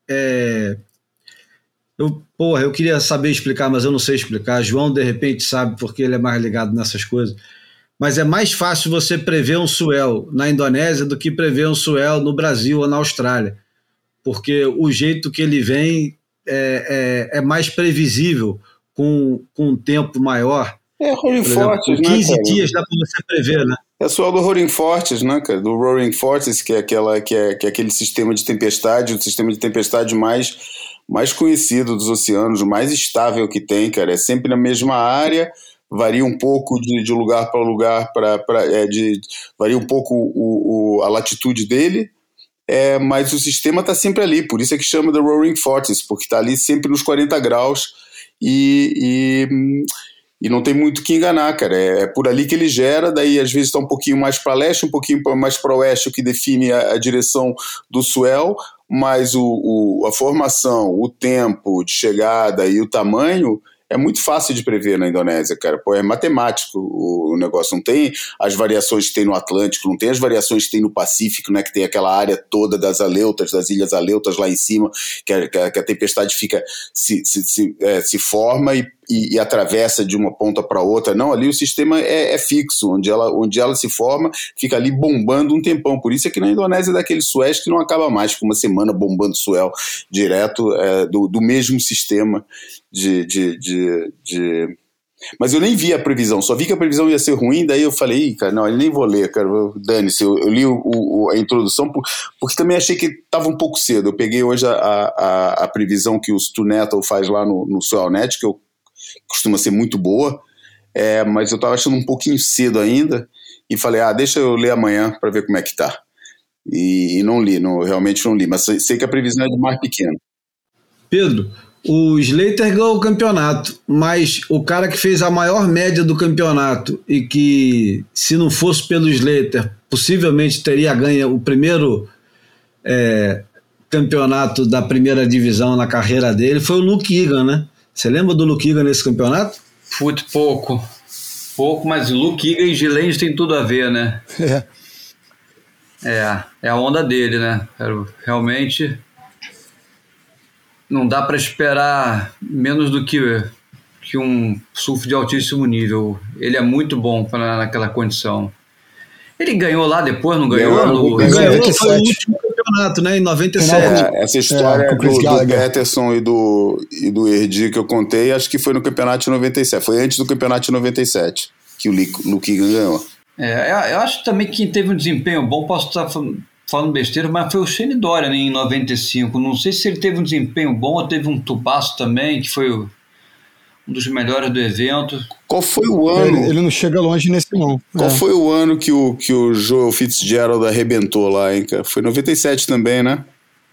Eu queria saber explicar, mas eu não sei explicar. João, de repente, sabe, porque ele é mais ligado nessas coisas. Mas é mais fácil você prever um swell na Indonésia do que prever um swell no Brasil ou na Austrália, porque o jeito que ele vem é mais previsível, com um tempo maior. Roaring Forties, né, 15 dias dá para você prever, né? É só do Roaring Forties, né, cara? Do Roaring Forties, que é aquele sistema de tempestade, o sistema de tempestade mais conhecido dos oceanos, o mais estável que tem, cara. É sempre na mesma área, varia um pouco de lugar para lugar, varia um pouco a latitude dele, mas o sistema está sempre ali, por isso é que chama de Roaring Forties, porque está ali sempre nos 40 graus e não tem muito que enganar, cara. É por ali que ele gera, daí às vezes está um pouquinho mais para leste, um pouquinho mais para oeste, o que define a direção do swell, mas a formação, o tempo de chegada e o tamanho é muito fácil de prever na Indonésia, cara. É matemático o negócio. Não tem as variações que tem no Atlântico, não tem as variações que tem no Pacífico, né, que tem aquela área toda das Aleutas, das Ilhas Aleutas lá em cima, que a tempestade se forma e atravessa de uma ponta para outra. Não, ali o sistema é fixo, onde ela se forma, fica ali bombando um tempão. Por isso é que na Indonésia é daquele swell que não acaba mais, com uma semana bombando swell direto do mesmo sistema Mas eu nem vi a previsão, só vi que a previsão ia ser ruim, daí eu falei, cara, não, eu nem vou ler, cara, dane-se, eu li a introdução, porque também achei que estava um pouco cedo. Eu peguei hoje a previsão que o Stu Nettle faz lá no SwellNet, que costuma ser muito boa, mas eu estava achando um pouquinho cedo ainda, e falei, deixa eu ler amanhã para ver como é que tá. E não li, realmente não li, mas sei que a previsão é de mar pequeno. Pedro, o Slater ganhou o campeonato, mas o cara que fez a maior média do campeonato e que, se não fosse pelo Slater, possivelmente teria ganho o primeiro campeonato da primeira divisão na carreira dele, foi o Luke Egan, né? Você lembra do Luke Egan nesse campeonato? Pouco, mas o Luke Egan e Gilead tem tudo a ver, né? É a onda dele, né? Realmente não dá para esperar menos do que um surf de altíssimo nível. Ele é muito bom naquela condição. Ele ganhou lá depois, não ganhou? Ganhou, foi o último campeonato, né? Em 97. Essa história do Peterson e do Erdi que eu contei, acho que foi no campeonato de 97. Foi antes do campeonato de 97 que o Lukigan ganhou. Eu acho também que quem teve um desempenho bom, posso estar falando besteira, mas foi o Shane Dorian, né, em 95. Não sei se ele teve um desempenho bom ou teve um tubaço também, que foi um dos melhores do evento. Qual foi o ano? Ele não chega longe nesse não. Qual foi o ano que o Joel Fitzgerald arrebentou lá, hein, cara? Foi 97 também, né?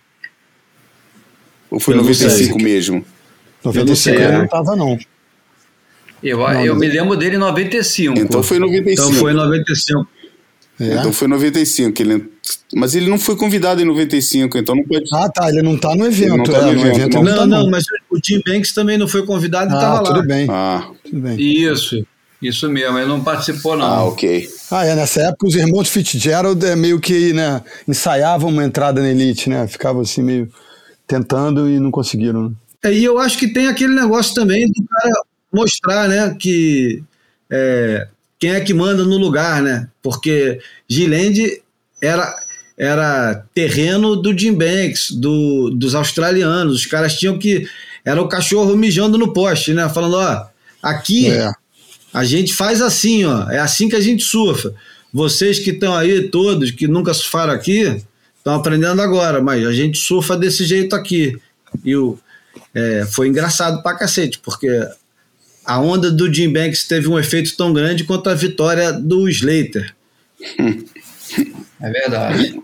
Ou foi 95 mesmo? 95 ele não tava, não. Eu me lembro dele em 95. Então foi 95. Então foi 95. Então foi 95. Mas ele não foi convidado em 95, então não pode... Ah, tá, ele não tá no evento. Não, mas o Jim Banks também não foi convidado e estava lá. Tudo bem. Tudo bem. Isso mesmo, ele não participou, não. Ok. Nessa época os irmãos Fitzgerald meio que, né, ensaiavam uma entrada na elite, né? Ficavam assim meio tentando e não conseguiram. Né? E eu acho que tem aquele negócio também do cara mostrar, né, que quem é que manda no lugar, né? Porque Gilland era terreno do Jim Banks, dos australianos. Os caras tinham que... Era o cachorro mijando no poste, né? Falando, aqui a gente faz assim, é assim que a gente surfa. Vocês que estão aí todos, que nunca surfaram aqui, estão aprendendo agora, mas a gente surfa desse jeito aqui. E foi engraçado pra cacete, porque a onda do Jim Banks teve um efeito tão grande quanto a vitória do Slater. É verdade.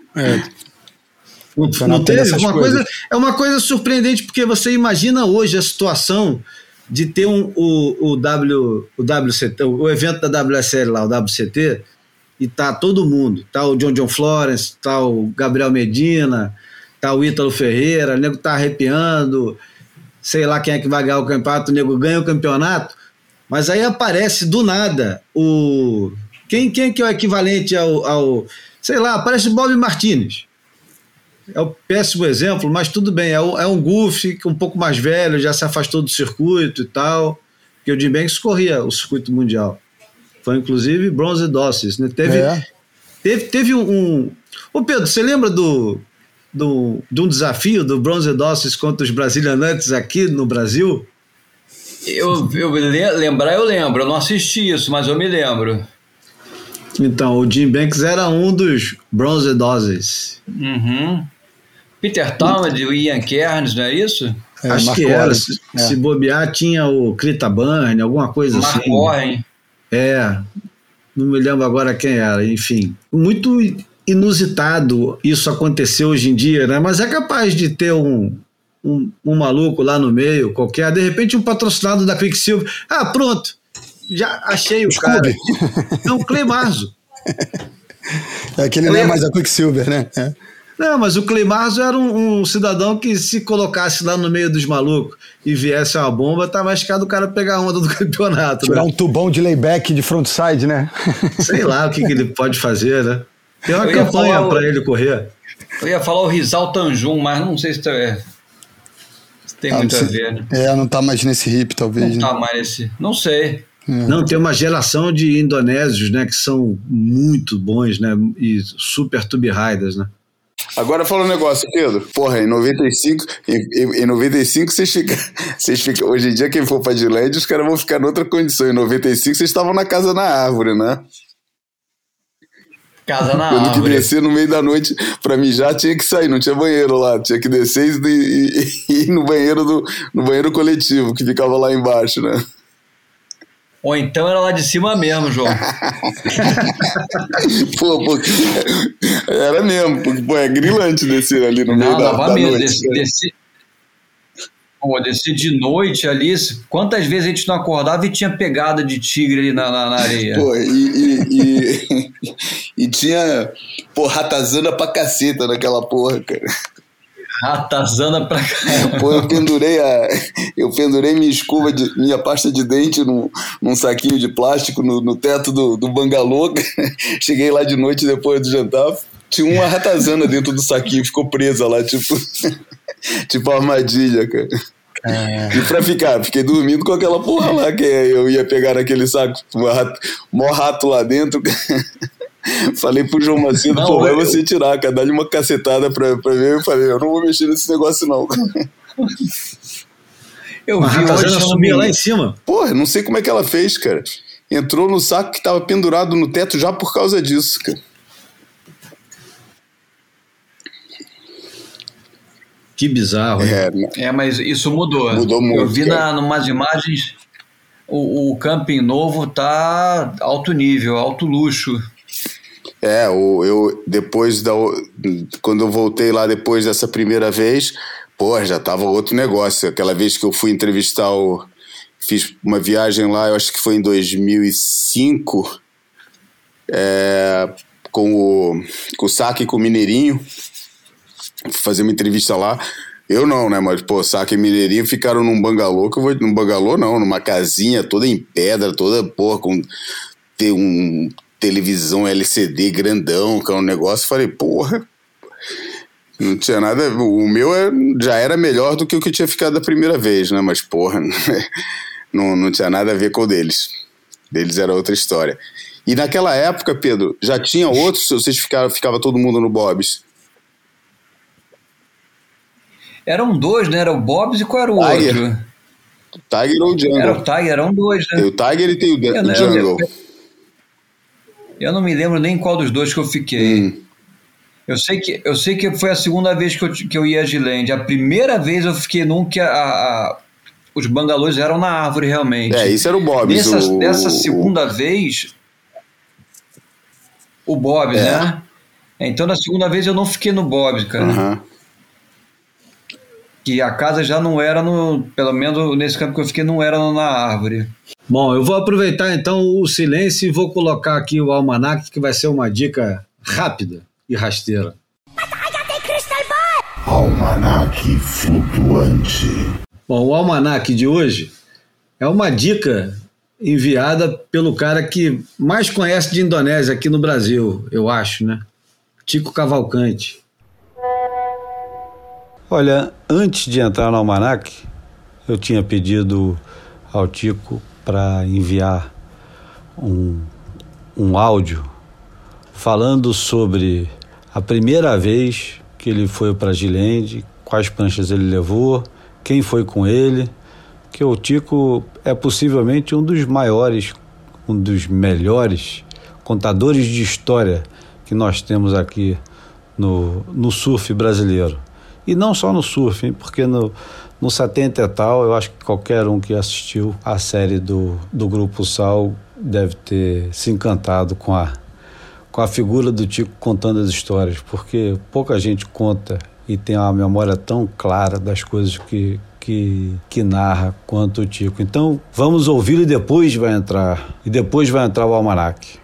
Não teve? Uma coisa surpreendente, porque você imagina hoje a situação de ter o WCT, o evento da WSL lá, o WCT, e tá todo mundo. Tá o John Florence, tá o Gabriel Medina, tá o Ítalo Ferreira, o nego tá arrepiando, sei lá quem é que vai ganhar o campeonato, o nego ganha o campeonato, mas aí aparece do nada quem que é o equivalente ao sei lá, aparece o Bob Martinez. É um péssimo exemplo, mas tudo bem, é um goofy um pouco mais velho, já se afastou do circuito e tal, porque o Jim Banks corria o circuito mundial. Foi inclusive Bronze Dosses, né? Teve um... Ô Pedro, você lembra de um desafio do Bronze Dosses contra os brasilianantes aqui no Brasil? Eu lembro, eu não assisti isso, mas eu me lembro. Então, o Jim Banks era um dos Bronze Dosses. Uhum. Peter Talmadge e o Ian Cairns, não é isso? Acho que era. Se bobear, tinha o Clita Burn, alguma coisa Mark assim. Warren. Não me lembro agora quem era, enfim. Muito inusitado isso acontecer hoje em dia, né? Mas é capaz de ter um maluco lá no meio, qualquer, de repente um patrocinado da Quicksilver. Pronto, já achei o cara. Não, o Clay Marzo. Que ele não é mais a Quicksilver, né? Não, mas o Clay Marzo era um cidadão que se colocasse lá no meio dos malucos e viesse uma bomba, tá mais caro do cara pegar a onda do campeonato. Tirar né? um tubão de layback de frontside, né? Sei lá o que ele pode fazer, né? Tem uma campanha para ele correr. Eu ia falar o Rizal Tanjum, mas não sei se tem muito a ver, né? Não tá mais nesse hip, talvez. Não tá mais nesse... Não sei. Não, tem uma geração de indonésios, né, que são muito bons, né, e super tube riders, né. Agora fala um negócio, Pedro. Porra, em 95 vocês ficam. Hoje em dia, quem for pra Gilland, os caras vão ficar noutra condição. Em 95 vocês estavam na casa na árvore, né? Casa na árvore. Tendo que descer no meio da noite pra mijar, tinha que sair, não tinha banheiro lá. Tinha que descer e ir no banheiro coletivo, que ficava lá embaixo, né? Ou então era lá de cima mesmo, João. Porque era mesmo, porque é grilante descer ali no meio da noite. Descer de noite ali, quantas vezes a gente não acordava e tinha pegada de tigre ali na areia. Pô, e tinha, ratazana pra caceta naquela porra, cara. Ratazana pra caramba. Pô, eu pendurei minha pasta de dente num saquinho de plástico no teto do bangalô. Cheguei lá de noite depois do jantar, tinha uma ratazana dentro do saquinho, ficou presa lá, tipo armadilha, cara. E fiquei dormindo com aquela porra lá, que eu ia pegar naquele saco, mó rato lá dentro. Falei pro João Macedo, pô, vai você tirar, cara, dá-lhe uma cacetada pra ver. Eu falei, eu não vou mexer nesse negócio, não. Eu vi hoje subir lá em cima. Porra, não sei como é que ela fez, cara. Entrou no saco que tava pendurado no teto já por causa disso, cara. Que bizarro. Mas isso mudou. Mudou muito. Eu vi numas imagens, o camping novo tá alto nível, alto luxo. Quando eu voltei lá depois dessa primeira vez, pô, já tava outro negócio. Aquela vez que eu fui entrevistar fiz uma viagem lá, eu acho que foi em 2005, com o Saque e com o Mineirinho, fazer uma entrevista lá. Eu não, né? Mas, pô, Saque e Mineirinho ficaram num bangalô, num bangalô não, numa casinha toda em pedra, toda, pô, com televisão LCD grandão, que é um negócio. Falei, porra, não tinha nada. O meu já era melhor do que o que eu tinha ficado da primeira vez, né? Mas, porra, não tinha nada a ver com o deles. Deles era outra história. E naquela época, Pedro, já tinha outros? Vocês ficava todo mundo no Bob's? Eram dois, né? Era o Bob's e qual era o outro? O Tiger ou o Jungle? Era o Tiger, eram dois, né? Tem o Tiger e tem o Jungle. Eu não me lembro nem qual dos dois que eu fiquei. Eu sei que foi a segunda vez que eu ia a Gilead. A primeira vez eu fiquei num que os bangalôs eram na árvore, realmente. Isso era o Bob's. Dessa segunda vez, o Bob's, né? Então, na segunda vez eu não fiquei no Bob's, cara. Que a casa já não era pelo menos nesse campo que eu fiquei, não era na árvore. Bom, eu vou aproveitar então o silêncio e vou colocar aqui o almanaque, que vai ser uma dica rápida e rasteira. Almanaque flutuante. Bom, o almanaque de hoje é uma dica enviada pelo cara que mais conhece de Indonésia aqui no Brasil, eu acho, né? Tico Cavalcante. Olha, antes de entrar no almanaque, eu tinha pedido ao Tico para enviar um áudio falando sobre a primeira vez que ele foi para Gilead, quais pranchas ele levou, quem foi com ele, que o Tico é possivelmente um dos maiores, um dos melhores contadores de história que nós temos aqui no surf brasileiro. E não só no surf, hein? Porque no 70 e tal, eu acho que qualquer um que assistiu a série do Grupo Sal deve ter se encantado com a figura do Tico contando as histórias, porque pouca gente conta e tem uma memória tão clara das coisas que narra quanto o Tico. Então, vamos ouvi-lo e depois vai entrar o almanaque.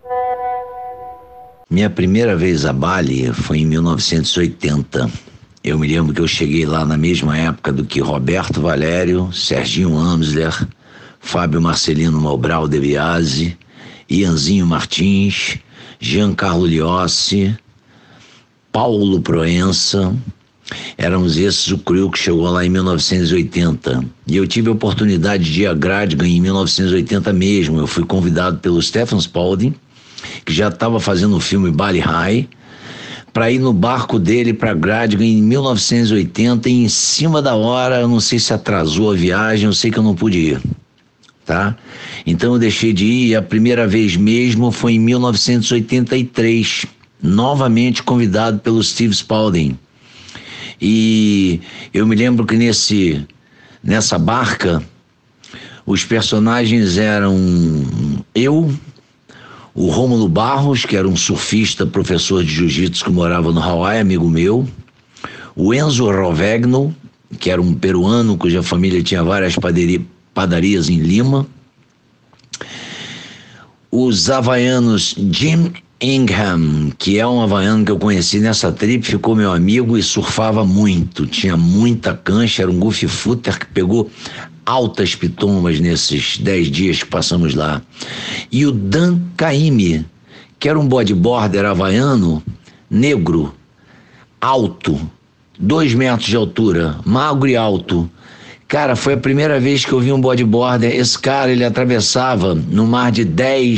Minha primeira vez a Bali foi em 1980. Eu me lembro que eu cheguei lá na mesma época do que Roberto Valério, Serginho Amsler, Fábio Marcelino Mobral de Biasi, Ianzinho Martins, Giancarlo Liossi, Paulo Proença. Éramos esses o crew que chegou lá em 1980. E eu tive a oportunidade de ir a Gradgan em 1980 mesmo. Eu fui convidado pelo Stephen Spalding, que já estava fazendo o filme Bali High, para ir no barco dele para Gradgan em 1980 e em cima da hora, eu não sei se atrasou a viagem, eu sei que eu não pude ir, tá? Então eu deixei de ir, e a primeira vez mesmo foi em 1983, novamente convidado pelo Steve Spalding. E eu me lembro que nessa barca, os personagens eram eu, o Rômulo Barros, que era um surfista, professor de jiu-jitsu que morava no Hawaii, amigo meu, o Enzo Rovegno, que era um peruano cuja família tinha várias padarias em Lima, os havaianos Jim Ingham, que é um havaiano que eu conheci nessa trip, ficou meu amigo e surfava muito, tinha muita cancha, era um goofy footer que pegou altas pitomas nesses 10 dias que passamos lá. E o Dan Caime, que era um bodyboarder havaiano, negro, alto, 2 metros de altura, magro e alto. Cara, foi a primeira vez que eu vi um bodyboarder. Esse cara, ele atravessava no mar de 10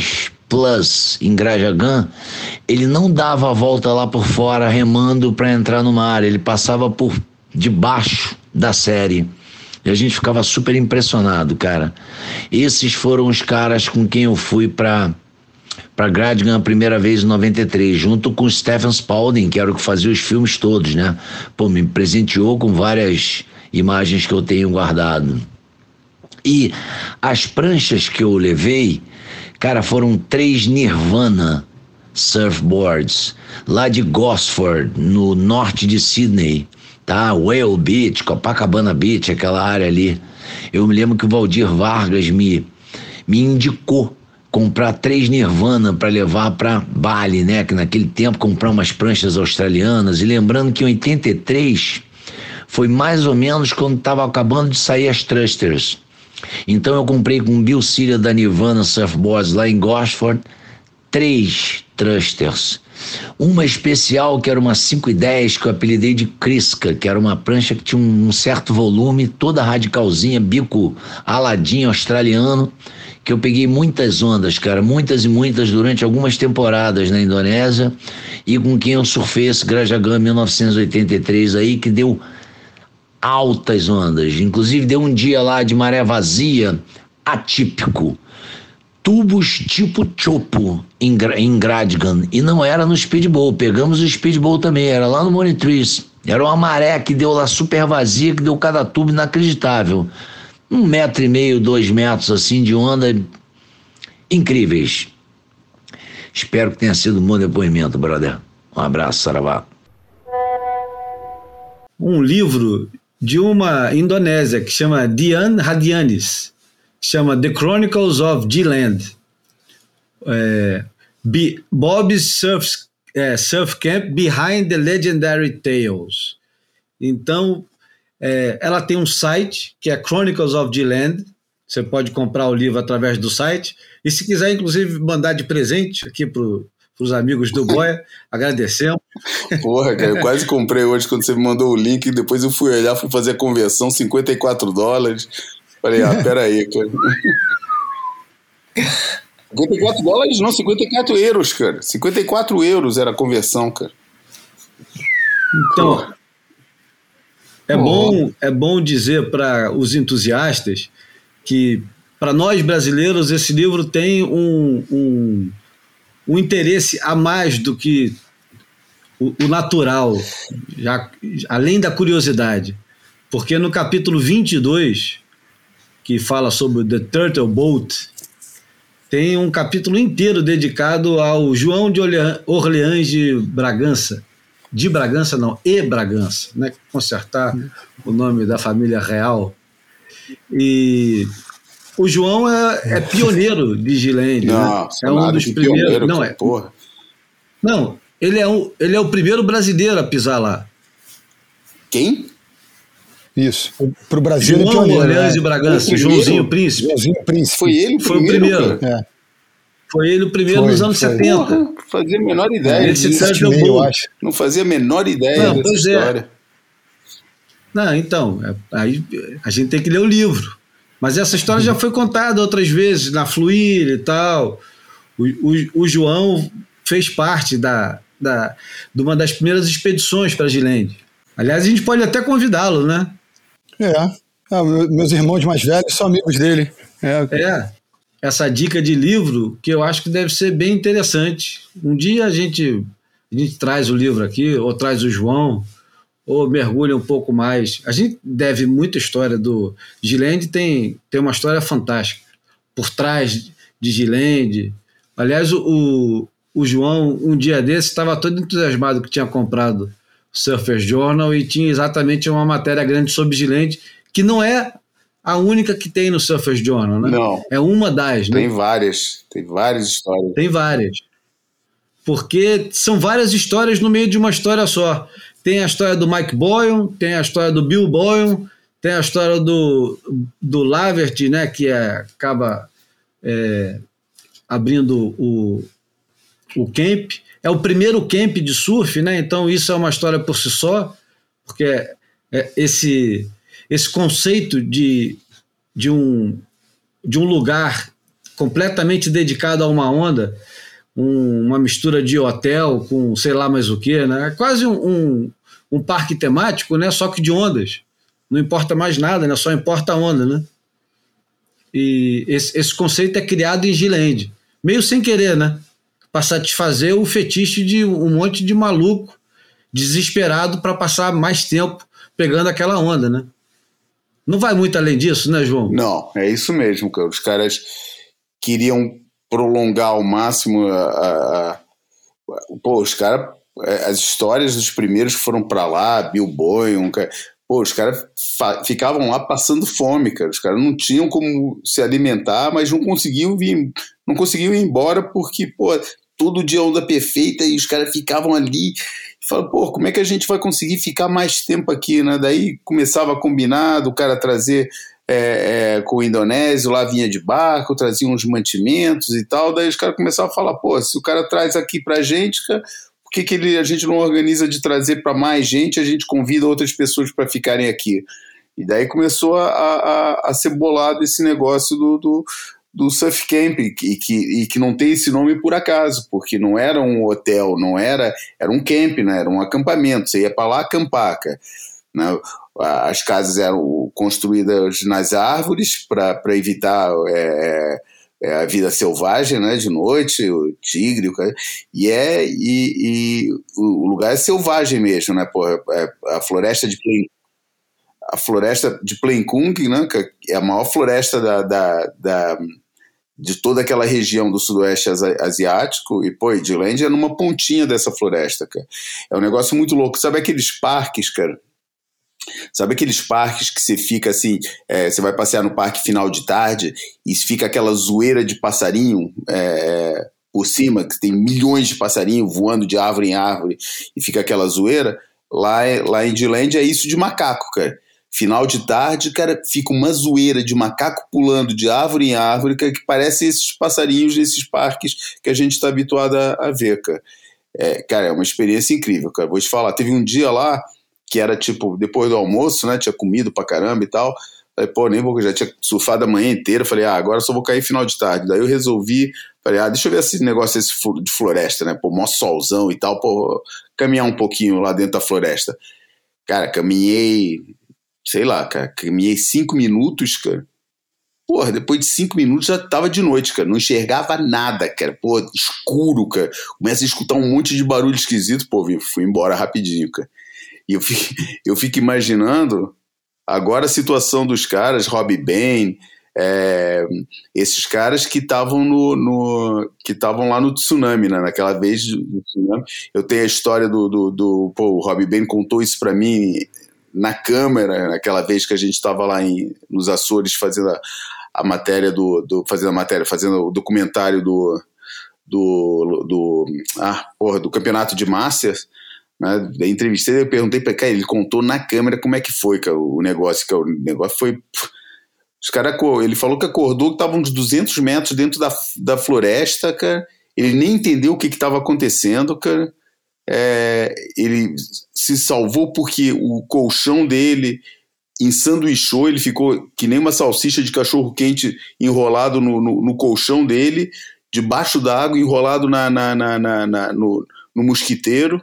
Plus em Grajagan, ele não dava a volta lá por fora remando para entrar no mar, ele passava por debaixo da série. E a gente ficava super impressionado, cara. Esses foram os caras com quem eu fui para Grajagan a primeira vez em 93, junto com o Stephen Spalding, que era o que fazia os filmes todos, né? Pô, me presenteou com várias imagens que eu tenho guardado. E as pranchas que eu levei, cara, foram 3 Nirvana surfboards, lá de Gosford, no norte de Sydney, tá? Whale Beach, Copacabana Beach, aquela área ali. Eu me lembro que o Valdir Vargas me indicou comprar 3 Nirvana para levar para Bali, né? Que naquele tempo comprar umas pranchas australianas. E lembrando que em 83 foi mais ou menos quando estava acabando de sair as Thrusters. Então eu comprei com o Bill Cilla da Nirvana Surfboards lá em Gosford 3 Thrusters. Uma especial que era uma 510 que eu apelidei de Crisca, que era uma prancha que tinha um certo volume, toda radicalzinha, bico aladinho australiano, que eu peguei muitas ondas, cara, muitas e muitas durante algumas temporadas na Indonésia, e com quem eu surfei esse Grajagan 1983 aí, que deu altas ondas, inclusive deu um dia lá de maré vazia, atípico, tubos tipo chopo em Grajagan, e não era no speedboat, pegamos o speedboat também, era lá no Monitrice, era uma maré que deu lá super vazia, que deu cada tubo inacreditável, 1,5 metro, 2 metros assim de onda, incríveis. Espero que tenha sido um bom depoimento, brother. Um abraço, saravá. Um livro de uma indonésia que chama Dian Hadianis, que chama The Chronicles of G-Land. Bob's Surf Camp Behind the Legendary Tales. Então, ela tem um site que é Chronicles of G-Land. Você pode comprar o livro através do site. E se quiser, inclusive, mandar de presente aqui para os amigos do Boia, agradecemos. Porra, cara, eu quase comprei hoje quando você me mandou o link. Depois eu fui olhar, fui fazer a conversão, $54. Falei, peraí, cara. $54 não, 54 euros, cara. 54 euros era a conversão, cara. Então, é bom dizer para os entusiastas que, para nós brasileiros, esse livro tem um interesse a mais do que o natural, além da curiosidade. Porque no capítulo 22, que fala sobre o The Turtle Boat, tem um capítulo inteiro dedicado ao João de Orleans de Bragança. De Bragança não, e Bragança, né? Consertar o nome da família real. E o João é pioneiro de G-Land, né? É um dos primeiros. Não, porra. Não, ele é o primeiro brasileiro a pisar lá. Quem? Isso. Pro Brasil João é pioneiro. Orleans de Bragança, Joãozinho Príncipe. Joãozinho Príncipe. Foi ele Foi o primeiro. Foi ele o primeiro nos anos 70. Porra, não fazia a menor ideia eu acho. Não fazia a menor ideia dessa história. Não, então, aí a gente tem que ler o livro. Mas essa história já foi contada outras vezes, na Fluir e tal. O João fez parte de uma das primeiras expedições para G-Land. Aliás, a gente pode até convidá-lo, né? Meus irmãos mais velhos são amigos dele. Essa dica de livro que eu acho que deve ser bem interessante. Um dia a gente traz o livro aqui, ou traz o João, ou mergulha um pouco mais. A gente deve muita história do G-Land, tem uma história fantástica por trás de G-Land. Aliás, o João, um dia desse, estava todo entusiasmado que tinha comprado o Surfer's Journal e tinha exatamente uma matéria grande sobre G-Land, que não é a única que tem no Surfer's Journal, né? Não. É uma das, né? Tem várias histórias. Tem várias. Porque são várias histórias no meio de uma história só. Tem a história do Mike Boyan, tem a história do Bill Boyan, tem a história do Laverty, né, que acaba abrindo o camp. É o primeiro camp de surf, né? Então isso é uma história por si só, porque esse conceito de um lugar completamente dedicado a uma onda, uma mistura de hotel com sei lá mais o que, né? É quase um parque temático, né? Só que de ondas. Não importa mais nada, né? Só importa a onda, né? E esse conceito é criado em Disneyland, meio sem querer, né? Para satisfazer o fetiche de um monte de maluco desesperado para passar mais tempo pegando aquela onda, né? Não vai muito além disso, né, João? Não, é isso mesmo, cara. Os caras queriam prolongar ao máximo Pô, os caras... As histórias dos primeiros que foram para lá, Bill Boeing, pô, os caras ficavam lá passando fome, cara. Os caras não tinham como se alimentar, mas não conseguiam ir embora porque, pô, todo dia onda perfeita e os caras ficavam ali e falavam, pô, como é que a gente vai conseguir ficar mais tempo aqui, né? Daí começava a combinar do cara trazer com o indonésio, lá vinha de barco, trazia uns mantimentos e tal, daí os caras começavam a falar, pô, se o cara traz aqui pra gente, cara, por que a gente não organiza de trazer para mais gente, a gente convida outras pessoas para ficarem aqui? E daí começou a ser bolado esse negócio do Surf Camp, e que não tem esse nome por acaso, porque não era um hotel, era um camp, né? Era um acampamento, você ia para lá acampar, cara, né? As casas eram construídas nas árvores para evitar a vida selvagem, né, de noite, o tigre, e o lugar é selvagem mesmo, né, porra, a floresta de Pleinkung, né, que é a maior floresta de toda aquela região do sudoeste asiático, e, pô, Disneyland é numa pontinha dessa floresta, cara. É um negócio muito louco. Sabe aqueles parques, cara? Sabe aqueles parques que você fica assim, você vai passear no parque final de tarde e fica aquela zoeira de passarinho por cima, que tem milhões de passarinhos voando de árvore em árvore e fica aquela zoeira? Lá em Disneyland é isso de macaco, cara. Final de tarde, cara, fica uma zoeira de macaco pulando de árvore em árvore, cara, que parece esses passarinhos desses parques que a gente está habituado a ver, cara. Cara, é uma experiência incrível, cara. Vou te falar, teve um dia lá que era tipo, depois do almoço, né, tinha comido pra caramba e tal, falei, pô, nem vou, já tinha surfado a manhã inteira, falei, agora só vou cair final de tarde, daí eu resolvi, falei, deixa eu ver esse negócio de floresta, né, pô, mó solzão e tal, pô, caminhar um pouquinho lá dentro da floresta. Cara, caminhei 5 minutos, cara. Porra, depois de 5 minutos já tava de noite, cara. Não enxergava nada, cara. Pô, escuro, cara. Começa a escutar um monte de barulho esquisito. Pô, fui embora rapidinho, cara. E eu fico imaginando agora a situação dos caras, Robbie Bain, esses caras que estavam lá no tsunami, né? Naquela vez do tsunami. Eu tenho a história pô, o Robbie Bain contou isso pra mim na câmera, naquela vez que a gente estava lá nos Açores fazendo a matéria fazendo o documentário do campeonato de Masters, né? Eu entrevistei, eu perguntei para ele, ele contou na câmera como é que foi, cara, o negócio, cara, o negócio foi... Os caras, ele falou que acordou, que estavam uns 200 metros dentro da floresta, cara, ele nem entendeu o que estava acontecendo, cara. Ele se salvou porque o colchão dele ensanduichou, ele ficou que nem uma salsicha de cachorro quente enrolado no colchão dele, debaixo d'água, enrolado no mosquiteiro,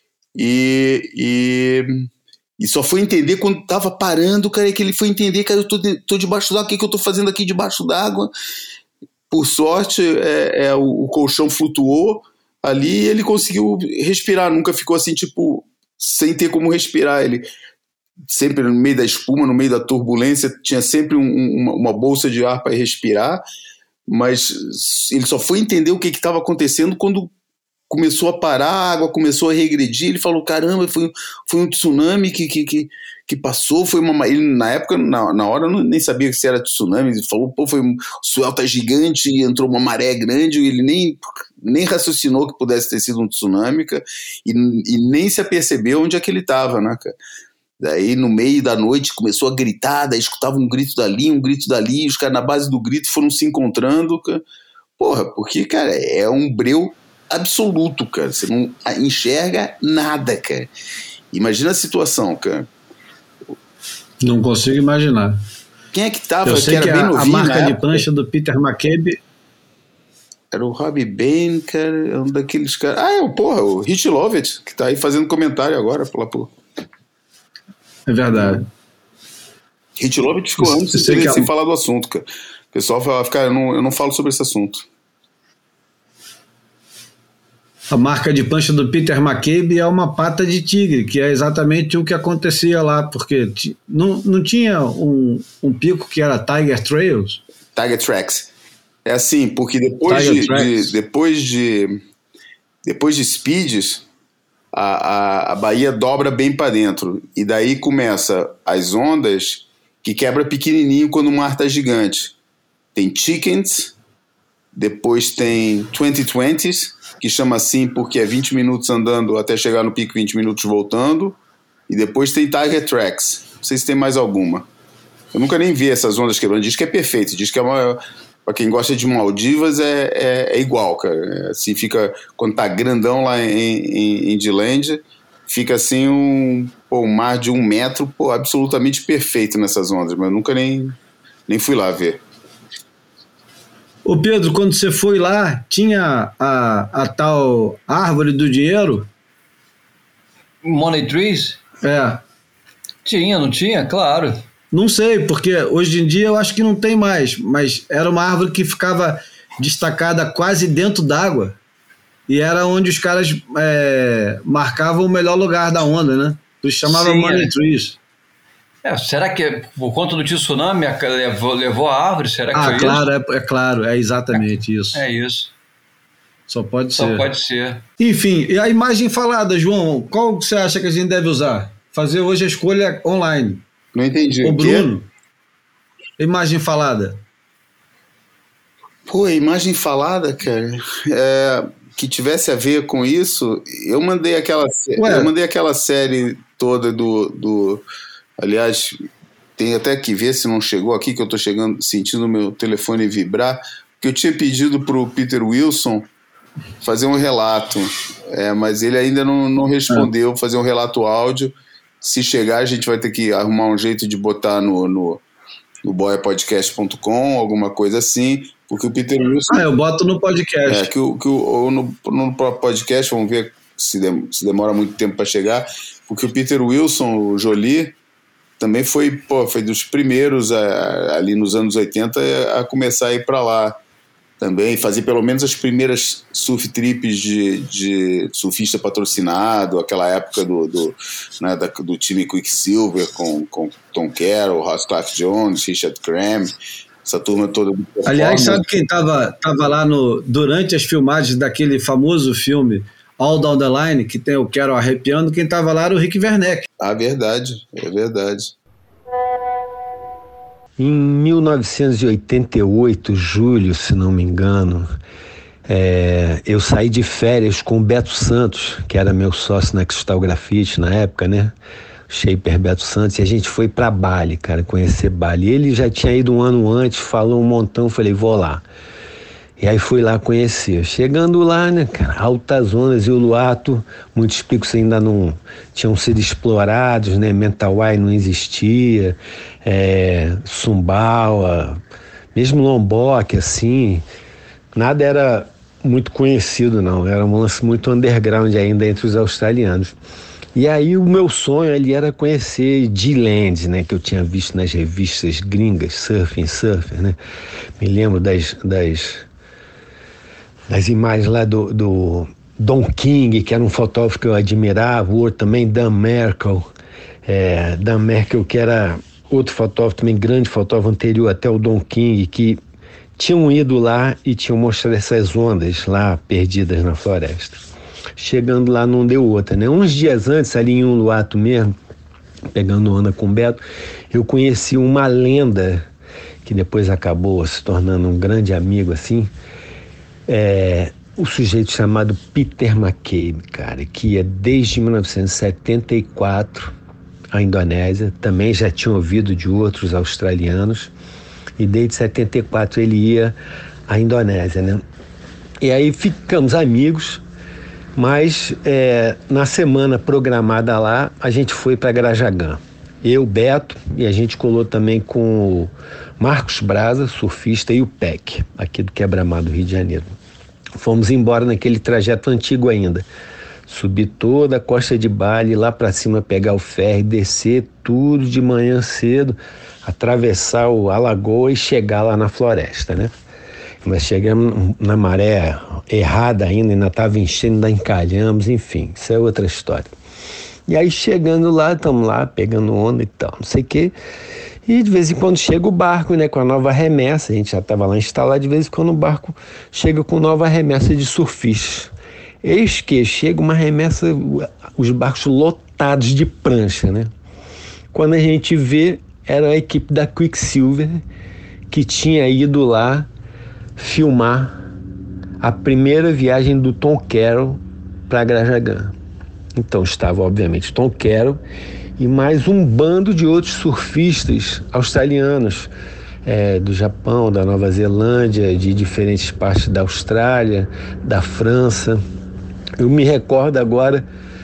e só foi entender quando tava parando, cara, que ele foi entender, cara, eu tô debaixo d'água, o que eu tô fazendo aqui debaixo d'água? Por sorte, o colchão flutuou ali e ele conseguiu respirar, nunca ficou assim, tipo, sem ter como respirar. Ele sempre no meio da espuma, no meio da turbulência, tinha sempre uma bolsa de ar para respirar, mas ele só foi entender o que estava acontecendo quando começou a parar, a água começou a regredir. Ele falou, caramba, foi um tsunami que passou, ele na época, na hora, nem sabia se era tsunami. Ele falou, pô, o swell tá gigante e entrou uma maré grande, ele nem raciocinou que pudesse ter sido um tsunami, cara, e nem se apercebeu onde é que ele estava, né, cara. Daí no meio da noite começou a gritar, daí escutava um grito dali, e os caras na base do grito foram se encontrando, cara. Porra, porque, cara, é um breu absoluto, cara, você não enxerga nada, cara. Imagina a situação, cara. Não consigo imaginar. Quem é que tava? Eu sei que era que bem novinho, a marca de prancha do Peter McCabe Era o Robbie Bain, cara, é um daqueles caras... o Rich Lovett, que tá aí fazendo comentário agora. É verdade. Rich Lovett ficou anos sem falar do assunto, cara. O pessoal fala, cara, eu não falo sobre esse assunto. A marca de pancha do Peter McCabe é uma pata de tigre, que é exatamente o que acontecia lá, porque não tinha um pico que era Tiger Trails? Tiger Tracks. É assim, porque depois de Speeds, a Bahia dobra bem para dentro. E daí começa as ondas que quebra pequenininho quando o mar tá gigante. Tem Chickens, depois tem 2020s, que chama assim porque é 20 minutos andando até chegar no pico, 20 minutos voltando. E depois tem Tiger Tracks. Não sei se tem mais alguma. Eu nunca nem vi essas ondas quebrando. Diz que é perfeito. Diz que para quem gosta de Maldivas é igual, cara. Assim fica, quando tá grandão lá em Indiland, fica assim um mar de 1 metro, absolutamente perfeito nessas ondas. Mas eu nunca nem fui lá ver. Ô Pedro, quando você foi lá, tinha a tal árvore do dinheiro? Money Trees? É. Tinha, não tinha? Claro. Não sei, porque hoje em dia eu acho que não tem mais, mas era uma árvore que ficava destacada quase dentro d'água e era onde os caras marcavam o melhor lugar da onda, né? Por isso chamava Money Trees. Será que por conta do tsunami levou a árvore? Será que foi claro, isso? É claro, é exatamente isso. É isso. Só pode ser. Só pode ser. Enfim, e a imagem falada, João, qual você acha que a gente deve usar? Fazer hoje a escolha online. Não entendi. O Bruno, imagem falada. Imagem falada, cara, que tivesse a ver com isso, eu mandei aquela série toda do aliás, tem até que ver se não chegou aqui, que eu tô sentindo o meu telefone vibrar, porque eu tinha pedido pro Peter Wilson fazer um relato, mas ele ainda não respondeu, fazer um relato áudio. Se chegar, a gente vai ter que arrumar um jeito de botar no boiapodcast.com, alguma coisa assim, porque o Peter Wilson... eu boto no podcast. No próprio podcast, vamos ver se demora muito tempo para chegar, porque o Peter Wilson, o Jolie, também foi dos primeiros ali nos anos 80 a começar a ir para lá também, fazer pelo menos as primeiras surf trips de surfista patrocinado, aquela época do time Quicksilver com Tom Carroll, Ross Clark Jones, Richard Cram, essa turma toda. Aliás, sabe quem estava lá durante as filmagens daquele famoso filme All Down the Line, que tem o Carroll arrepiando? Quem estava lá era o Rick Werneck. Verdade, é verdade. Em 1988, julho, se não me engano, eu saí de férias com o Beto Santos, que era meu sócio na Cristal Grafite na época, né? Shaper Beto Santos, e a gente foi para Bali, cara, conhecer Bali. Ele já tinha ido um ano antes, falou um montão, falei, vou lá. E aí fui lá conhecer. Chegando lá, né, cara, altas ondas e o Luato, muitos picos ainda não tinham sido explorados, né, Mentawai não existia, Sumbawa, mesmo Lombok, assim, nada era muito conhecido, não, era um lance muito underground ainda entre os australianos. E aí o meu sonho ali era conhecer G-Land, né, que eu tinha visto nas revistas gringas, Surfer, né, me lembro das imagens lá do Don King, que era um fotógrafo que eu admirava, o outro também, Dan Merkel, que era outro fotógrafo também, grande fotógrafo anterior até o Don King, que tinham ido lá e tinham mostrado essas ondas lá perdidas na floresta. Chegando lá não deu outra, né? Uns dias antes, ali em Uluwatu mesmo, pegando onda com o Beto, eu conheci uma lenda que depois acabou se tornando um grande amigo, assim, o sujeito chamado Peter McCabe, cara, que ia desde 1974 à Indonésia, também já tinha ouvido de outros australianos, e desde 74 ele ia à Indonésia, né? E aí ficamos amigos, mas na semana programada lá, a gente foi para Grajagã. Eu, Beto, e a gente colou também com o Marcos Braza, surfista, e o Peck, aqui do Quebra-Mar do Rio de Janeiro. Fomos embora naquele trajeto antigo ainda. Subir toda a Costa de Bali, lá para cima pegar o ferry, descer tudo de manhã cedo, atravessar a lagoa e chegar lá na floresta, né? Mas chegamos na maré errada ainda estava enchendo, ainda encalhamos, enfim, isso é outra história. E aí chegando lá, estamos lá pegando onda e tal, não sei o quê. E de vez em quando chega o barco, né, com a nova remessa, a gente já estava lá instalado, de vez em quando o barco chega com nova remessa de surfistas. Eis que chega uma remessa, os barcos lotados de prancha, né? Quando a gente vê, era a equipe da Quicksilver que tinha ido lá filmar a primeira viagem do Tom Carroll para Grajagan. Então estava, obviamente, Tom Carroll e mais um bando de outros surfistas australianos, do Japão, da Nova Zelândia, de diferentes partes da Austrália, da França. Eu me recordo agora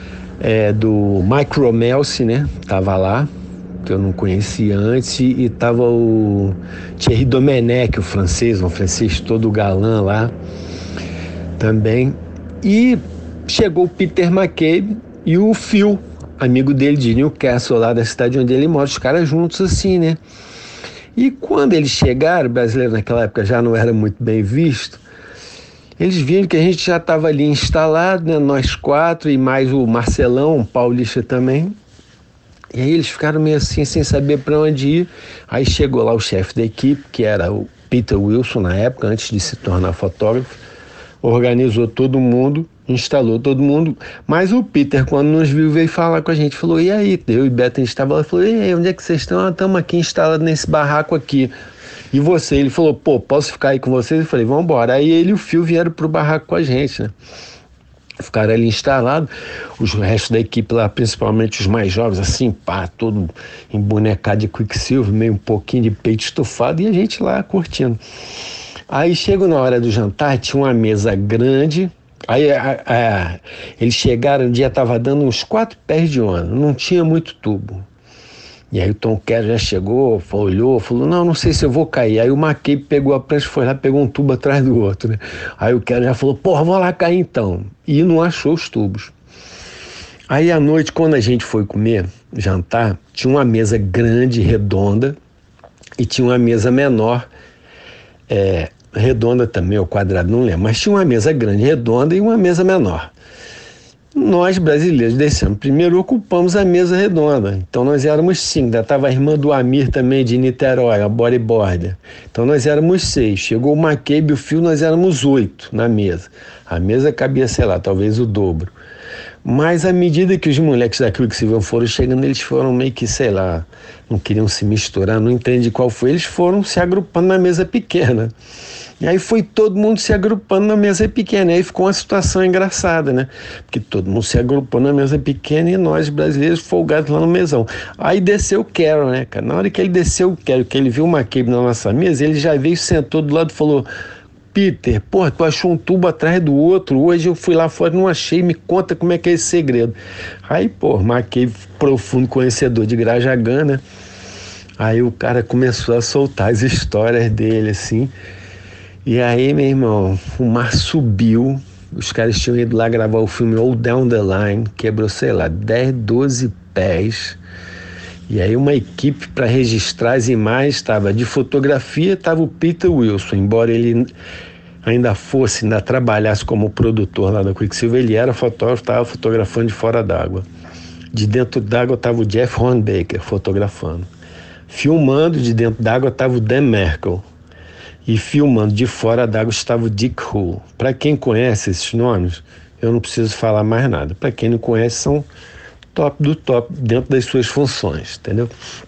do Mike Romelsi, né? Estava lá, que eu não conhecia antes, e estava o Thierry Domenech, um francês todo galã lá também. E chegou o Peter McCabe e o Phil, amigo dele de Newcastle, lá da cidade onde ele mora, os caras juntos assim, né? E quando eles chegaram, o brasileiro naquela época já não era muito bem visto, eles viram que a gente já estava ali instalado, né? Nós 4 e mais o Marcelão, um paulista também. E aí eles ficaram meio assim, sem saber para onde ir. Aí chegou lá o chefe da equipe, que era o Peter Wilson na época, antes de se tornar fotógrafo, organizou todo mundo, instalou todo mundo, mas o Peter, quando nos viu, veio falar com a gente, falou, e aí? Eu e Beto, a gente estava lá, falou, e aí, onde é que vocês estão? Estamos aqui instalados nesse barraco aqui. E você? Ele falou, pô, posso ficar aí com vocês? Eu falei, vamos embora. Aí ele e o Phil vieram pro barraco com a gente, né? Ficaram ali instalados, os restos da equipe lá, principalmente os mais jovens, assim, pá, todo embonecado de Quicksilver, meio um pouquinho de peito estufado, e a gente lá curtindo. Aí chegou na hora do jantar, tinha uma mesa grande, aí eles chegaram, o dia estava dando uns 4 pés de onda, não tinha muito tubo. E aí o Tom Carroll já chegou, olhou, falou, não sei se eu vou cair. Aí o McCabe pegou a prancha, foi lá, pegou um tubo atrás do outro, né? Aí o Carroll já falou, porra, vou lá cair então. E não achou os tubos. Aí à noite, quando a gente foi comer, jantar, tinha uma mesa grande, redonda, e tinha uma mesa menor, redonda também, ou quadrada, não lembro, mas tinha uma mesa grande, redonda, e uma mesa menor. Nós, brasileiros, descemos. Primeiro ocupamos a mesa redonda. Então nós éramos 5. Ainda estava a irmã do Amir também, de Niterói, a bodyboarder. Então nós éramos 6. Chegou o McCabe e o Phil, nós éramos 8 na mesa. A mesa cabia, sei lá, talvez o dobro. Mas à medida que os moleques da Quicksilver foram chegando, eles foram meio que, sei lá, não queriam se misturar, não entendi qual foi. Eles foram se agrupando na mesa pequena. E aí foi todo mundo se agrupando na mesa pequena. E aí ficou uma situação engraçada, né? Porque todo mundo se agrupou na mesa pequena e nós, brasileiros, folgados lá no mesão. Aí desceu o Carroll, né, cara? Na hora que ele desceu o Carroll, que ele viu o McCabe na nossa mesa, ele já veio, sentou do lado e falou, Peter, porra, tu achou um tubo atrás do outro, hoje eu fui lá fora e não achei, me conta como é que é esse segredo. Aí, pô, McCabe, profundo conhecedor de Grajagan, né? Aí o cara começou a soltar as histórias dele, assim. E aí, meu irmão, o mar subiu, os caras tinham ido lá gravar o filme All Down the Line, quebrou, sei lá, 10, 12 pés. E aí uma equipe para registrar as imagens, de fotografia, estava o Peter Wilson, embora ele ainda trabalhasse como produtor lá da Quicksilver, ele era fotógrafo, estava fotografando de fora d'água. De dentro d'água estava o Jeff Hornbaker fotografando. Filmando de dentro d'água estava o Dan Merkel. E filmando de fora d'água estava o Dick Hull. Para quem conhece esses nomes, eu não preciso falar mais nada. Para quem não conhece, são top do top dentro das suas funções, entendeu?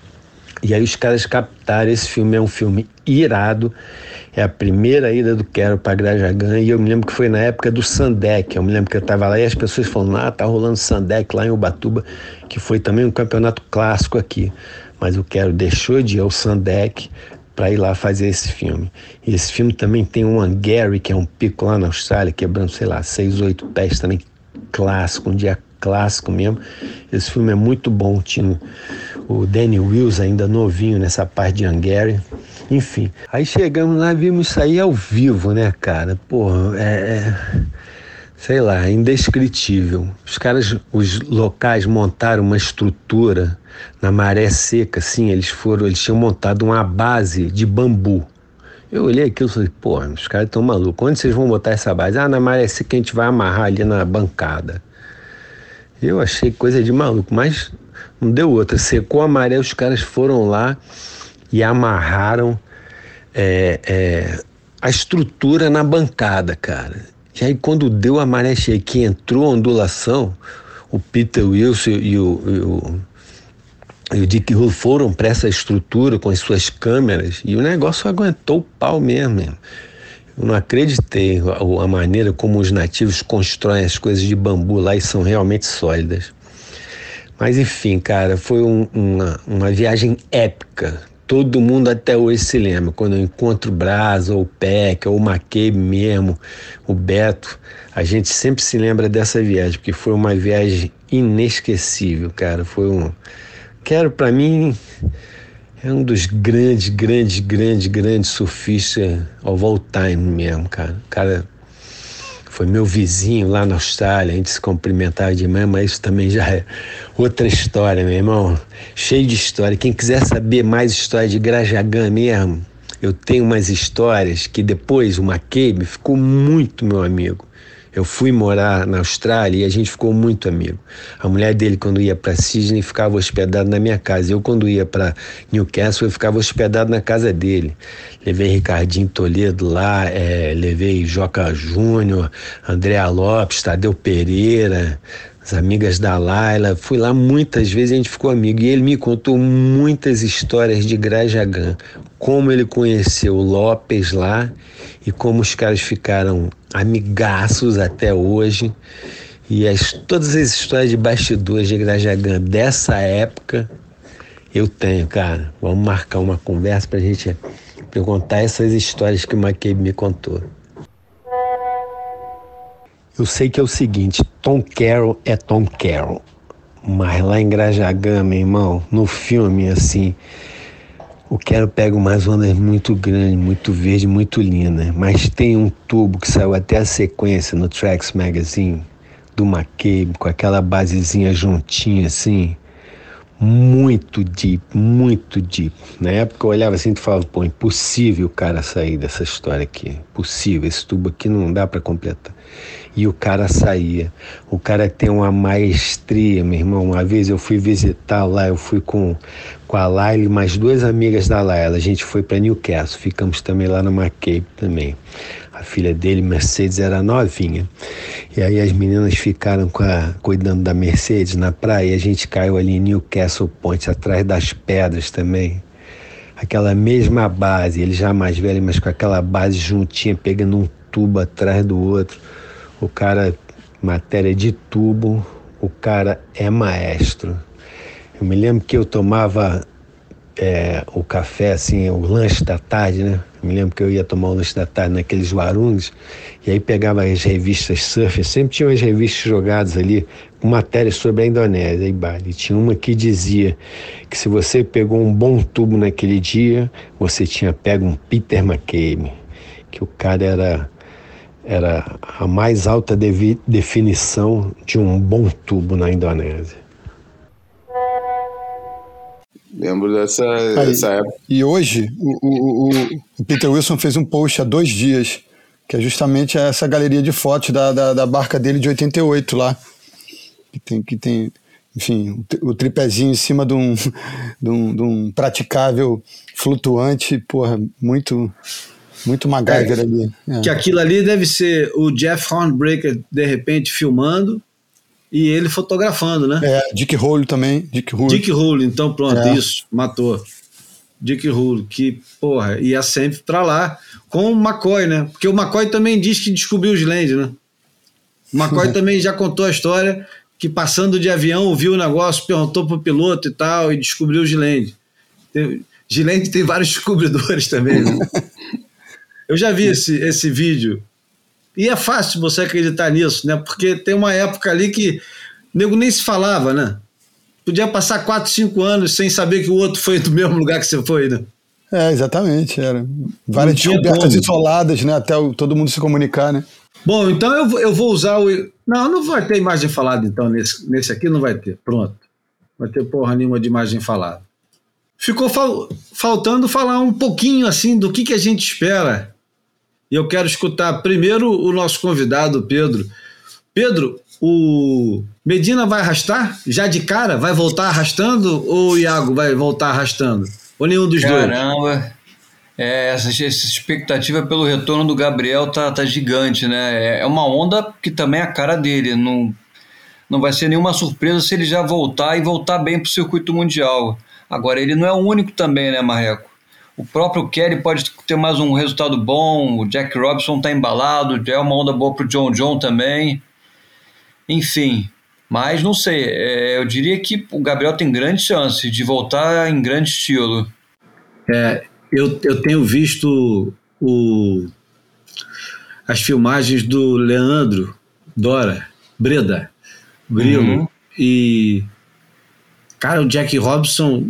E aí os caras captaram, esse filme é um filme irado, é a primeira ida do Carroll para Grajagan, e eu me lembro que foi na época do Sandec, eu me lembro que eu estava lá e as pessoas falaram, tá rolando Sandec lá em Ubatuba, que foi também um campeonato clássico aqui, mas o Carroll deixou de ir ao Sandec para ir lá fazer esse filme. E esse filme também tem um Angary, que é um pico lá na Austrália, quebrando, sei lá, 6, 8 pés, também clássico, um dia clássico mesmo. Esse filme é muito bom, tinha o Danny Wills ainda novinho nessa parte de Hungary. Enfim, aí chegamos lá, vimos isso aí ao vivo, né, cara? Porra, sei lá, indescritível. Os caras, os locais montaram uma estrutura na Maré Seca, assim, eles tinham montado uma base de bambu. Eu olhei aquilo e falei, pô, os caras estão malucos. Onde vocês vão botar essa base? Na Maré Seca a gente vai amarrar ali na bancada. Eu achei coisa de maluco, mas não deu outra. Secou a maré, os caras foram lá e amarraram a estrutura na bancada, cara. E aí quando deu a maré cheia, que entrou a ondulação, o Peter Wilson e o Dick Hull foram para essa estrutura com as suas câmeras e o negócio aguentou o pau mesmo. Eu não acreditei a maneira como os nativos constroem as coisas de bambu lá e são realmente sólidas. Mas enfim, cara, foi uma viagem épica. Todo mundo até hoje se lembra. Quando eu encontro o Braz, ou o Peck, ou o McCabe mesmo, o Beto, a gente sempre se lembra dessa viagem, porque foi uma viagem inesquecível, cara. Pra mim, é um dos grandes surfistas of all time mesmo, cara. O cara foi meu vizinho lá na Austrália, a gente se cumprimentava demais, mas isso também já é outra história, meu irmão. Cheio de história. Quem quiser saber mais história de Grajagan mesmo, eu tenho umas histórias que depois o McCabe ficou muito meu amigo. Eu fui morar na Austrália e a gente ficou muito amigo. A mulher dele, quando ia para Sydney, ficava hospedada na minha casa. Eu, quando ia para Newcastle, eu ficava hospedado na casa dele. Levei Ricardinho Toledo lá, levei Joca Júnior, Andréa Lopes, Tadeu Pereira, as amigas da Laila. Fui lá muitas vezes e a gente ficou amigo. E ele me contou muitas histórias de Grajagan. Como ele conheceu o Lopes lá e como os caras ficaram amigaços até hoje. E todas as histórias de bastidores de Grajagan dessa época eu tenho, cara. Vamos marcar uma conversa pra gente contar essas histórias que o McCabe me contou. Eu sei que é o seguinte, Tom Carroll é Tom Carroll, mas lá em Grajagan, meu irmão, no filme, assim, o Carroll pega umas ondas muito grandes, muito verde, muito linda, mas tem um tubo que saiu até a sequência no Tracks Magazine, do McCabe, com aquela basezinha juntinha, assim, muito deep. Na época eu olhava assim e falava, pô, impossível o cara sair dessa história aqui, impossível, esse tubo aqui não dá para completar. E o cara saía. O cara tem uma maestria, meu irmão. Uma vez eu fui visitar lá, eu fui com a Laila e mais duas amigas da Laila. A gente foi para Newcastle, ficamos também lá no McCabe também. A filha dele, Mercedes, era novinha. E aí as meninas ficaram cuidando da Mercedes na praia e a gente caiu ali em Newcastle Point, atrás das pedras também. Aquela mesma base, ele já mais velho, mas com aquela base juntinha, pegando um tubo atrás do outro. O cara, matéria de tubo, o cara é maestro. Eu me lembro que eu tomava o café, assim, o lanche da tarde, né? Eu me lembro que eu ia tomar o lanche da tarde naqueles warungs, e aí pegava as revistas surf, sempre tinha umas revistas jogadas ali, com matérias sobre a Indonésia, e Bali. Tinha uma que dizia que se você pegou um bom tubo naquele dia, você tinha pego um Peter McCabe, que o cara era a mais alta definição de um bom tubo na Indonésia. Lembro dessa época. E hoje, o Peter Wilson fez um post há 2 dias, que é justamente essa galeria de fotos da barca dele de 88 lá. Que tem enfim, o tripézinho em cima de um praticável flutuante, porra, muito MacGyver ali. Que aquilo ali deve ser o Jeff Hornbreaker, de repente, filmando e ele fotografando, né? Dick Hull também. Dick Hull, então pronto, isso, matou. Dick Hull, que, porra, ia sempre pra lá com o McCoy, né? Porque o McCoy também diz que descobriu o Gilland, né? O McCoy também já contou a história que passando de avião viu o negócio, perguntou pro piloto e tal, e descobriu o Gilland. Gilland tem vários descobridores também, né? Eu já vi esse vídeo. E é fácil você acreditar nisso, né? Porque tem uma época ali que o nego nem se falava, né? Podia passar 4, 5 anos sem saber que o outro foi do mesmo lugar que você foi, né? Exatamente. Era várias descobertas isoladas, né? Até todo mundo se comunicar, né? Bom, então eu vou usar o... Não vai ter imagem falada, então, nesse aqui não vai ter. Pronto. Não vai ter porra nenhuma de imagem falada. Ficou faltando falar um pouquinho, assim, do que a gente espera. E eu quero escutar primeiro o nosso convidado, Pedro. Pedro, o Medina vai arrastar? Já de cara? Vai voltar arrastando? Ou o Iago vai voltar arrastando? Ou nenhum dos dois? Caramba, essa expectativa pelo retorno do Gabriel tá gigante, né? É uma onda que também é a cara dele. Não vai ser nenhuma surpresa se ele já voltar e voltar bem para o circuito mundial. Agora, ele não é o único também, né, Marreco? O próprio Kelly pode ter mais um resultado bom, o Jack Robinson está embalado, é uma onda boa para o John também. Enfim, mas não sei, eu diria que o Gabriel tem grande chance de voltar em grande estilo. Eu tenho visto as filmagens do Leandro Breda, Grilo, e cara, o Jack Robinson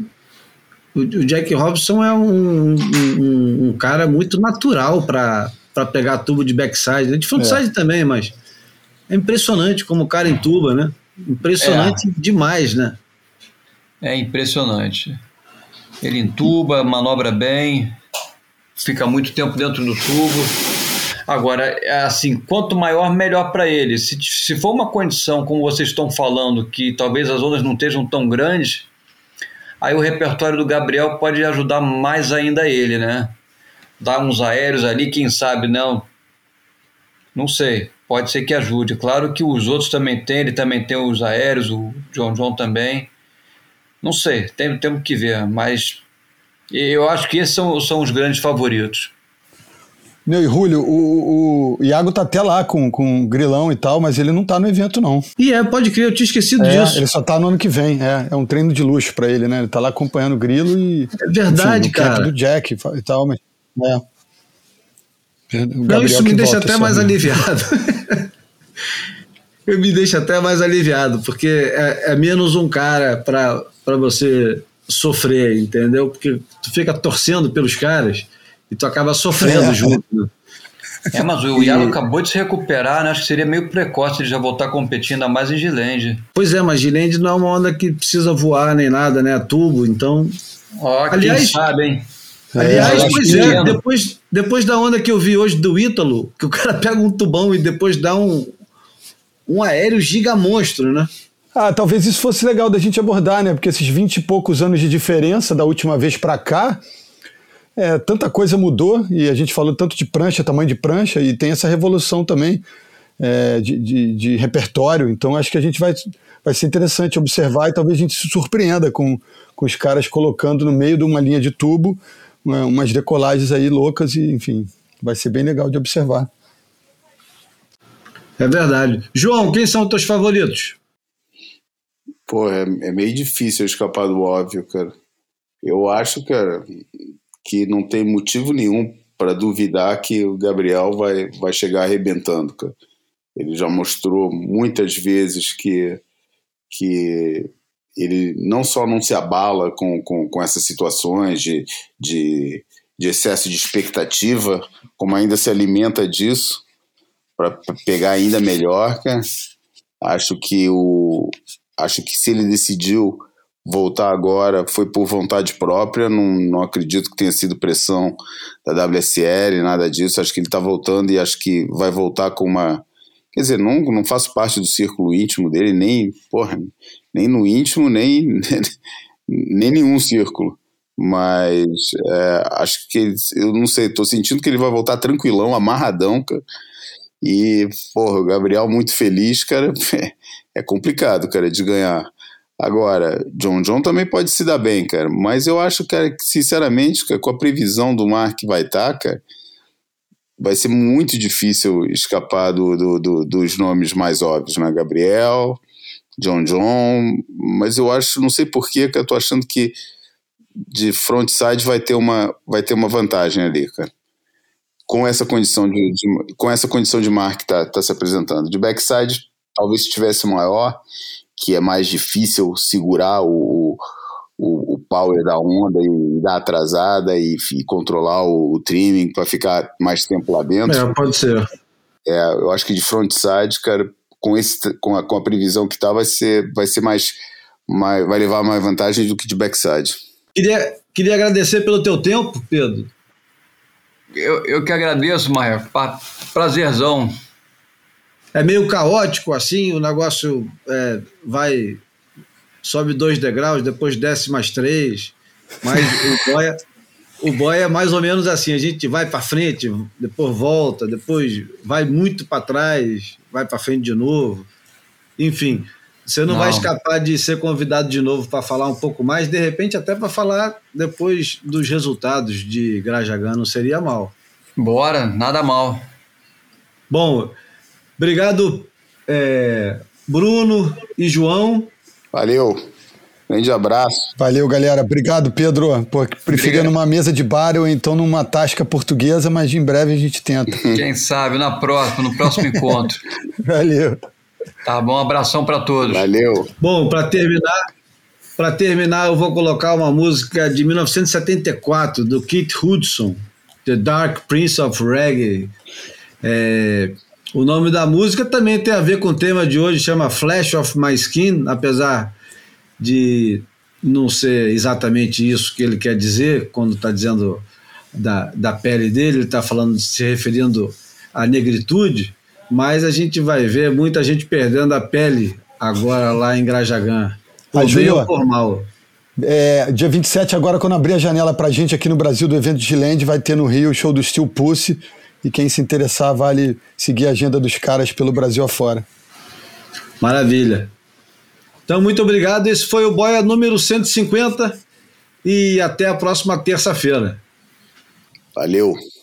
é um cara muito natural para pegar tubo de backside, de frontside também, mas é impressionante como o cara entuba, né? Impressionante demais, né? É impressionante. Ele entuba, manobra bem, fica muito tempo dentro do tubo. Agora, assim, quanto maior, melhor para ele. Se for uma condição, como vocês estão falando, que talvez as ondas não estejam tão grandes, aí o repertório do Gabriel pode ajudar mais ainda ele, né? Dar uns aéreos ali, quem sabe, não sei, pode ser que ajude. Claro que os outros também têm, ele também tem os aéreos, o John também. Não sei, temos que ver, mas eu acho que esses são os grandes favoritos. Meu, e Julio, o Iago tá até lá com o Grilão e tal, mas ele não tá no evento, não. Pode crer, eu tinha esquecido disso. Ele só tá no ano que vem, é um treino de luxo pra ele, né? Ele tá lá acompanhando o Grilo e... É verdade, enfim, cara. do Jack e tal, mas... Não, isso me deixa até mais aliviado. Eu me deixa até mais aliviado, porque é menos um cara pra você sofrer, entendeu? Porque tu fica torcendo pelos caras e tu acaba sofrendo junto, né? Mas o Iago acabou de se recuperar, né? Acho que seria meio precoce ele já voltar competindo, ainda mais em Gilende. Pois é, mas Gilende não é uma onda que precisa voar nem nada, né? Tubo, então... Aliás, quem sabe, hein? Aliás, depois da onda que eu vi hoje do Ítalo, que o cara pega um tubão e depois dá um aéreo gigamonstro, né? Talvez isso fosse legal da gente abordar, né? Porque esses 20 e poucos anos de diferença da última vez pra cá, tanta coisa mudou, e a gente falou tanto de prancha, tamanho de prancha, e tem essa revolução também de repertório. Então acho que a gente vai ser interessante observar, e talvez a gente se surpreenda com os caras colocando no meio de uma linha de tubo umas decolagens aí loucas, e enfim, vai ser bem legal de observar. É verdade. João, quem são os teus favoritos? Pô, é meio difícil eu escapar do óbvio, cara. Eu acho, cara, que não tem motivo nenhum para duvidar que o Gabriel vai chegar arrebentando, cara. Ele já mostrou muitas vezes que ele não só não se abala com essas situações de excesso de expectativa, como ainda se alimenta disso para pegar ainda melhor, cara. Acho que se ele decidiu voltar agora foi por vontade própria, não acredito que tenha sido pressão da WSL, nada disso. Acho que ele está voltando e acho que vai voltar com uma... Quer dizer, não faço parte do círculo íntimo dele, nem no íntimo, nem nenhum círculo. Mas acho que, eu não sei, estou sentindo que ele vai voltar tranquilão, amarradão, cara. E, porra, o Gabriel muito feliz, cara, é complicado, cara, de ganhar. Agora, John também pode se dar bem, cara, mas eu acho, cara, que sinceramente, cara, com a previsão do mar que vai estar, cara, vai ser muito difícil escapar dos nomes mais óbvios, né? Gabriel, John, mas eu acho, não sei porquê, que eu tô achando que de frontside vai ter uma vantagem ali, cara. Com essa condição de mar que tá se apresentando. De backside, talvez estivesse maior, que é mais difícil segurar o power da onda e dar atrasada e controlar o trimming para ficar mais tempo lá dentro. Pode ser. Eu acho que de frontside, cara, com a previsão que tá, vai levar mais vantagem do que de backside. Queria agradecer pelo teu tempo, Pedro. Eu que agradeço, Maia. Prazerzão. É meio caótico assim, o negócio sobe 2 degraus, depois desce mais 3, mas o boia é mais ou menos assim, a gente vai para frente, depois volta, depois vai muito para trás, vai para frente de novo, enfim, você não vai escapar de ser convidado de novo para falar um pouco mais, de repente até para falar depois dos resultados de Grajagan, não seria mal. Bora, nada mal. Bom, obrigado Bruno e João. Valeu, grande abraço. Valeu, galera. Obrigado, Pedro. Pô, preferia numa mesa de bar ou então numa tasca portuguesa, mas em breve a gente tenta. Quem sabe, no próximo encontro. Valeu. Tá bom, um abração para todos. Valeu. Bom, para terminar, eu vou colocar uma música de 1974, do Keith Hudson, The Dark Prince of Reggae. O nome da música também tem a ver com o tema de hoje, chama Flesh of My Skin, apesar de não ser exatamente isso que ele quer dizer, quando está dizendo da pele dele, ele está se referindo à negritude, mas a gente vai ver muita gente perdendo a pele agora lá em Grajagan, por bem ou por mal. Dia 27, agora, quando abrir a janela pra gente aqui no Brasil do evento de Land, vai ter no Rio o show do Steel Pulse. E quem se interessar, vale seguir a agenda dos caras pelo Brasil afora. Maravilha. Então, muito obrigado. Esse foi o Boia número 150 e até a próxima terça-feira. Valeu.